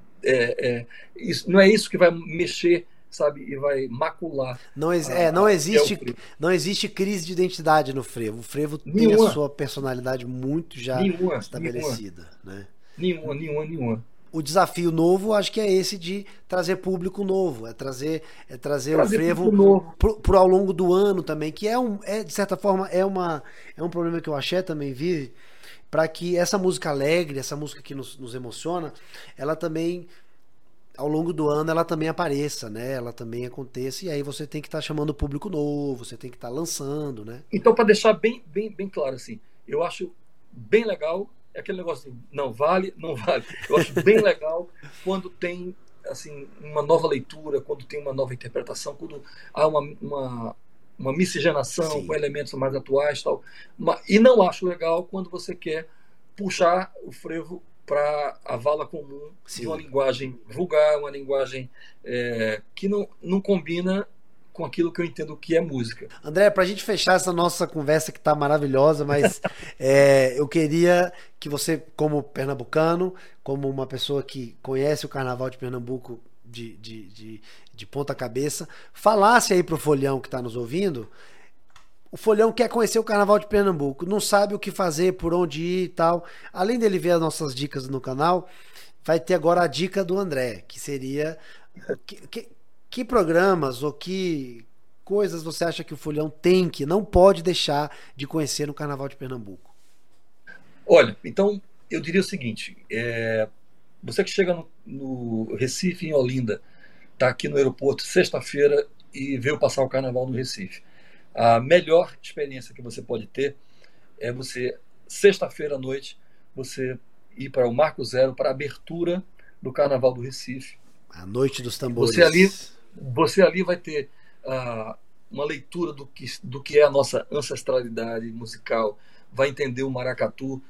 É, é, isso, não é isso que vai mexer, sabe, e vai macular. Não, ex, a, é, não, existe, é não existe crise de identidade no frevo. O frevo nenhuma. Tem a sua personalidade muito já nenhuma, estabelecida. Nenhuma. Né? nenhuma, nenhuma, nenhuma. O desafio novo, acho que é esse de trazer público novo, é trazer, é trazer, trazer o frevo pro, pro ao longo do ano também, que é, um, é de certa forma é, uma, é um problema que o axé também vive, para que essa música alegre, essa música que nos, nos emociona, ela também, ao longo do ano, ela também apareça, né? Ela também aconteça, e aí você tem que estar tá chamando o público novo, você tem que estar tá lançando, né? Então, para deixar bem, bem, bem claro, assim, eu acho bem legal, é aquele negócio assim, não vale, não vale. Eu acho bem legal quando tem, assim, uma nova leitura, quando tem uma nova interpretação, quando há uma... uma uma miscigenação Sim. com elementos mais atuais, tal. E não acho legal quando você quer puxar o frevo para a vala comum Sim. de uma linguagem vulgar, uma linguagem é, que não, não combina com aquilo que eu entendo que é música. André, para a gente fechar essa nossa conversa que está maravilhosa, mas é, eu queria que você, como pernambucano, como uma pessoa que conhece o Carnaval de Pernambuco De, de, de, de ponta cabeça, falasse aí pro folhão que está nos ouvindo o Folhão quer conhecer o Carnaval de Pernambuco, não sabe o que fazer, por onde ir e tal. Além dele ver as nossas dicas no canal, vai ter agora a dica do André, que seria que, que, que programas ou que coisas você acha que o Folhão tem que, não pode deixar de conhecer no Carnaval de Pernambuco? Olha, então eu diria o seguinte, é, você que chega no, no Recife, em Olinda, está aqui no aeroporto sexta-feira e veio passar o Carnaval no Recife. A melhor experiência que você pode ter é você, sexta-feira à noite, você ir para o Marco Zero, para a abertura do Carnaval do Recife. A Noite dos Tambores. Você ali, você ali vai ter uh, uma leitura do que, do que é a nossa ancestralidade musical, vai entender o maracatu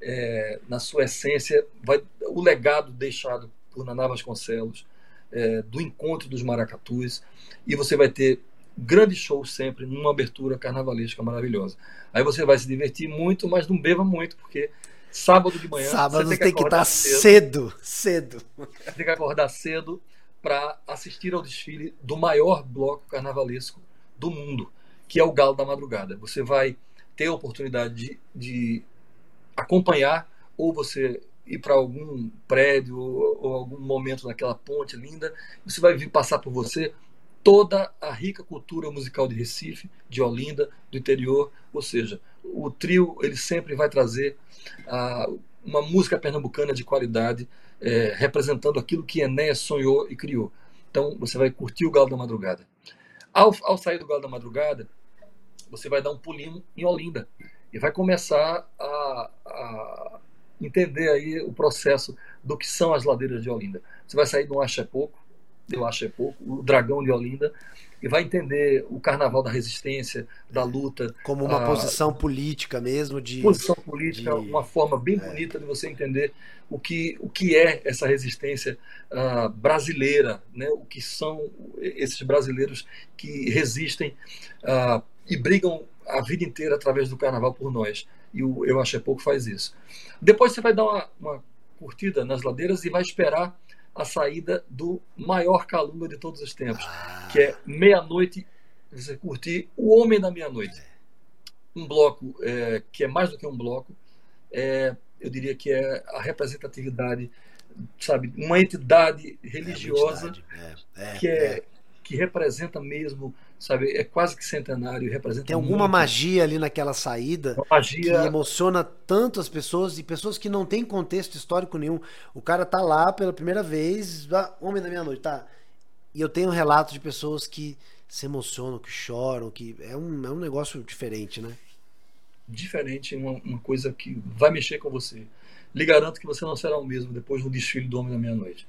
é, na sua essência, vai, o legado deixado por Naná Vasconcelos, é, do encontro dos maracatus, e você vai ter grandes shows sempre, numa abertura carnavalesca maravilhosa. Aí você vai se divertir muito, mas não beba muito, porque sábado de manhã sábado você tem que estar cedo, cedo. Você tem que acordar cedo para assistir ao desfile do maior bloco carnavalesco do mundo, que é o Galo da Madrugada. Você vai ter a oportunidade de, de acompanhar, ou você ir para algum prédio ou, ou algum momento naquela ponte linda, você vai vir passar por você toda a rica cultura musical de Recife, de Olinda, do interior, ou seja, o trio ele sempre vai trazer uh, uma música pernambucana de qualidade, é, representando aquilo que Enéas sonhou e criou. Então você vai curtir o Galo da Madrugada. Ao, ao sair do Galo da Madrugada, você vai dar um pulinho em Olinda e vai começar a, a entender aí o processo do que são as ladeiras de Olinda. Você vai sair de um Axé Pouco, eu acho é pouco, o Dragão de Olinda, e vai entender o Carnaval da Resistência, da luta. Como uma a, posição política mesmo. De, posição política, de, uma forma bem é. bonita de você entender o que, o que é essa resistência uh, brasileira, né? O que são esses brasileiros que resistem uh, e brigam a vida inteira através do Carnaval por nós. E o Eu Acho é Pouco faz isso. Depois você vai dar uma, uma curtida nas ladeiras e vai esperar a saída do maior calunga de todos os tempos, ah. que é Meia-Noite, você curtir O Homem da Meia-Noite. Um bloco é, que é mais do que um bloco, é, eu diria que é a representatividade, sabe, uma entidade religiosa é, entidade. É, é, que, é, é. que representa mesmo, sabe, é quase que centenário, representa tem alguma muito. magia ali naquela saída magia... que emociona tanto as pessoas, e pessoas que não têm contexto histórico nenhum. O cara tá lá pela primeira vez, ah, Homem da Meia-Noite, tá? E eu tenho relatos de pessoas que se emocionam, que choram, que é um, é um negócio diferente, né? Diferente, uma, uma coisa que vai mexer com você. Lhe garanto que você não será o mesmo depois do desfile do Homem da Meia-Noite.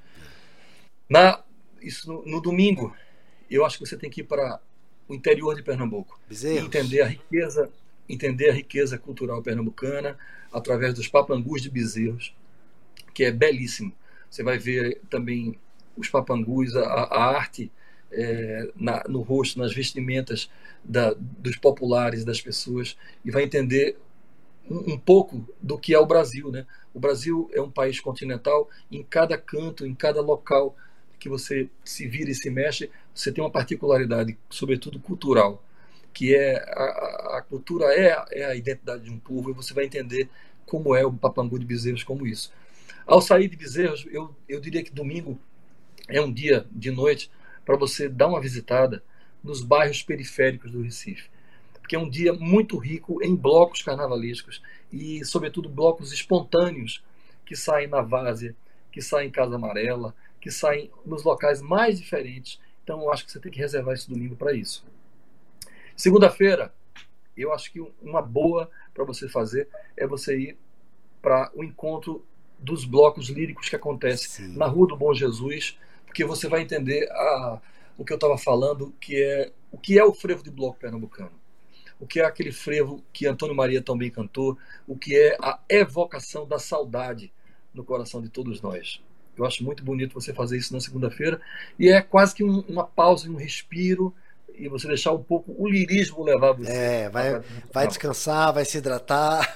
Na, isso no, no domingo, eu acho que você tem que ir para o interior de Pernambuco, e entender a riqueza, entender a riqueza cultural pernambucana através dos papangus de Bezerros, que é belíssimo. Você vai ver também os papangus, a, a arte é, na, no rosto, nas vestimentas da, dos populares, das pessoas, e vai entender um, um pouco do que é o Brasil, né? O Brasil é um país continental, em cada canto, em cada local que você se vira e se mexe, você tem uma particularidade, sobretudo cultural, que é a, a cultura é, é a identidade de um povo, e você vai entender como é o Papangu de Bezerros, como isso. Ao sair de Bezerros, eu, eu diria que domingo é um dia de noite para você dar uma visitada nos bairros periféricos do Recife, porque é um dia muito rico em blocos carnavalescos e, sobretudo, blocos espontâneos que saem na Várzea, que saem em Casa Amarela, que saem nos locais mais diferentes. Então eu acho que você tem que reservar esse domingo para isso. Segunda-feira, eu acho que uma boa para você fazer é você ir para o encontro dos blocos líricos que acontece Sim. na Rua do Bom Jesus, porque você vai entender a, o que eu estava falando, que é o que é o frevo de bloco pernambucano, o que é aquele frevo que Antônio Maria também cantou, o que é a evocação da saudade no coração de todos nós. Eu acho muito bonito você fazer isso na segunda-feira, e é quase que um, uma pausa, um respiro, e você deixar um pouco o lirismo levar você. É, vai, vai descansar, vai se hidratar.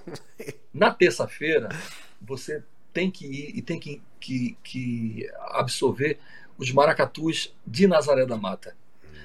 Na terça-feira, você tem que ir e tem que, que, que absorver os maracatus de Nazaré da Mata.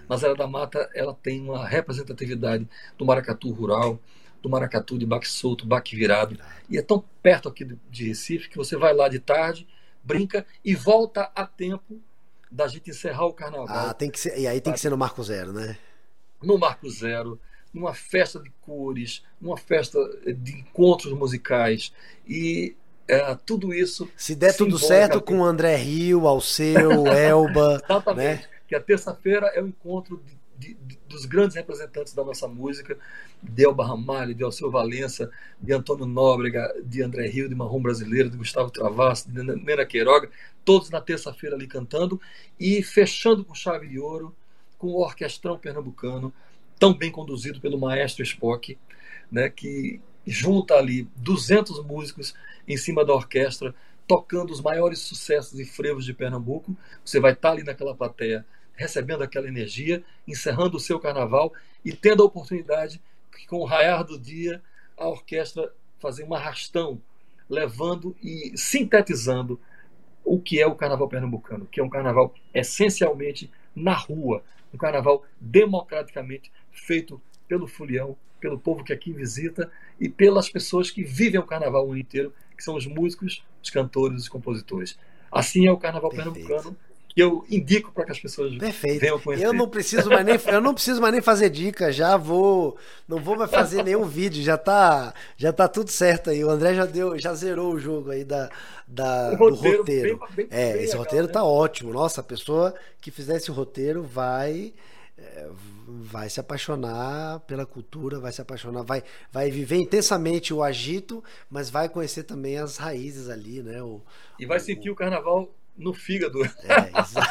na Zé da Mata ela tem uma representatividade do maracatu rural, do maracatu de baque solto, baque virado, e é tão perto aqui de Recife que você vai lá de tarde, brinca e volta a tempo da gente encerrar o carnaval. Ah, tem que ser, e aí tem que ser no Marco Zero, né? No Marco Zero, numa festa de cores, numa festa de encontros musicais, e é, tudo isso... Se der tudo certo com o André Rio, Alceu, Elba... Exatamente, né? Que a terça-feira é o encontro de, de, de, dos grandes representantes da nossa música, de Elba Ramalho, de Alceu Valença, de Antônio Nóbrega, de André Rio, de Marrom Brasileiro, de Gustavo Travassos, de Nena Queiroga, todos na terça-feira ali cantando, e fechando com chave de ouro, com o Orquestrão Pernambucano, tão bem conduzido pelo maestro Spock, né, que junta ali duzentos músicos em cima da orquestra, tocando os maiores sucessos e frevos de Pernambuco. Você vai estar ali naquela plateia, recebendo aquela energia, encerrando o seu carnaval e tendo a oportunidade, com o raiar do dia, a orquestra fazer um arrastão, levando e sintetizando o que é o carnaval pernambucano, que é um carnaval essencialmente na rua, um carnaval democraticamente feito pelo folião, pelo povo que aqui visita e pelas pessoas que vivem o carnaval o ano inteiro, que são os músicos, os cantores, os compositores. Assim é o carnaval Perfeito. Pernambucano, que eu indico para que as pessoas Perfeito. venham conhecer. Eu não preciso mais nem, eu não preciso mais nem fazer dica, já vou, não vou mais fazer nenhum vídeo, já tá, já tá tudo certo aí. O André já deu, já zerou o jogo aí da, da o roteiro, do roteiro. Bem, bem, é, bem esse legal, roteiro né? tá ótimo. Nossa, a pessoa que fizer esse roteiro vai vai se apaixonar pela cultura, vai se apaixonar, vai, vai viver intensamente o agito, mas vai conhecer também as raízes ali, né? O, e vai o, sentir o carnaval no fígado. É,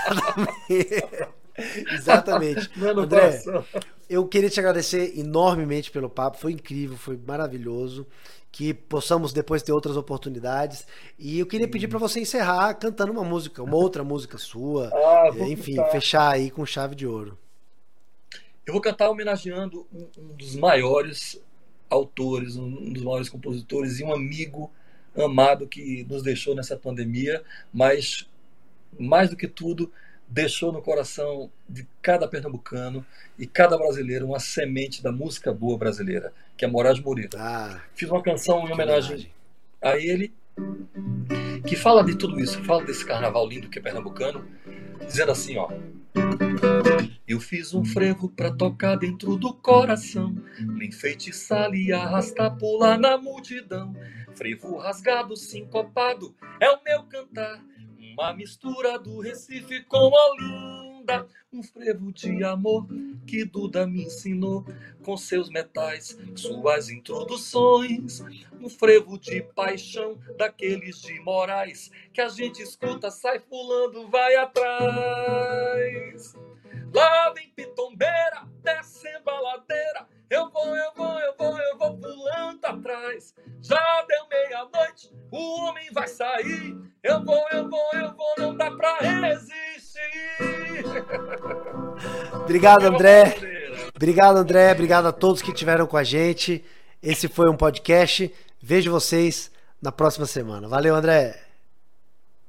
exatamente. Exatamente. André, eu queria te agradecer enormemente pelo papo, foi incrível, foi maravilhoso, que possamos depois ter outras oportunidades, e eu queria pedir para você encerrar cantando uma música, uma outra música sua, ah, enfim, cantar. fechar aí com chave de ouro. Eu vou cantar homenageando um, um dos maiores autores, um dos maiores compositores e um amigo amado que nos deixou nessa pandemia, mas mais do que tudo deixou no coração de cada pernambucano e cada brasileiro uma semente da música boa brasileira, que é Moraes Moreira. Ah, Fiz uma canção em homenagem a ele, que fala de tudo isso, fala desse carnaval lindo que é pernambucano, dizendo assim, ó: eu fiz um frevo pra tocar dentro do coração, me enfeitiçar e arrastar, pular na multidão. Frevo rasgado, sincopado, é o meu cantar, uma mistura do Recife com Olinda. Um frevo de amor que Duda me ensinou, com seus metais, suas introduções. Um frevo de paixão, daqueles de Moraes, que a gente escuta, sai pulando, vai atrás. Lá vem Pitombeira, descendo a ladeira, eu vou, eu vou, eu vou, eu vou pulando atrás. Já deu meia-noite, o homem vai sair, eu vou, eu vou, eu vou, não dá pra resistir. Obrigado, André. Obrigado, André. Obrigado a todos que estiveram com a gente. Esse foi um podcast. Vejo vocês na próxima semana. Valeu, André.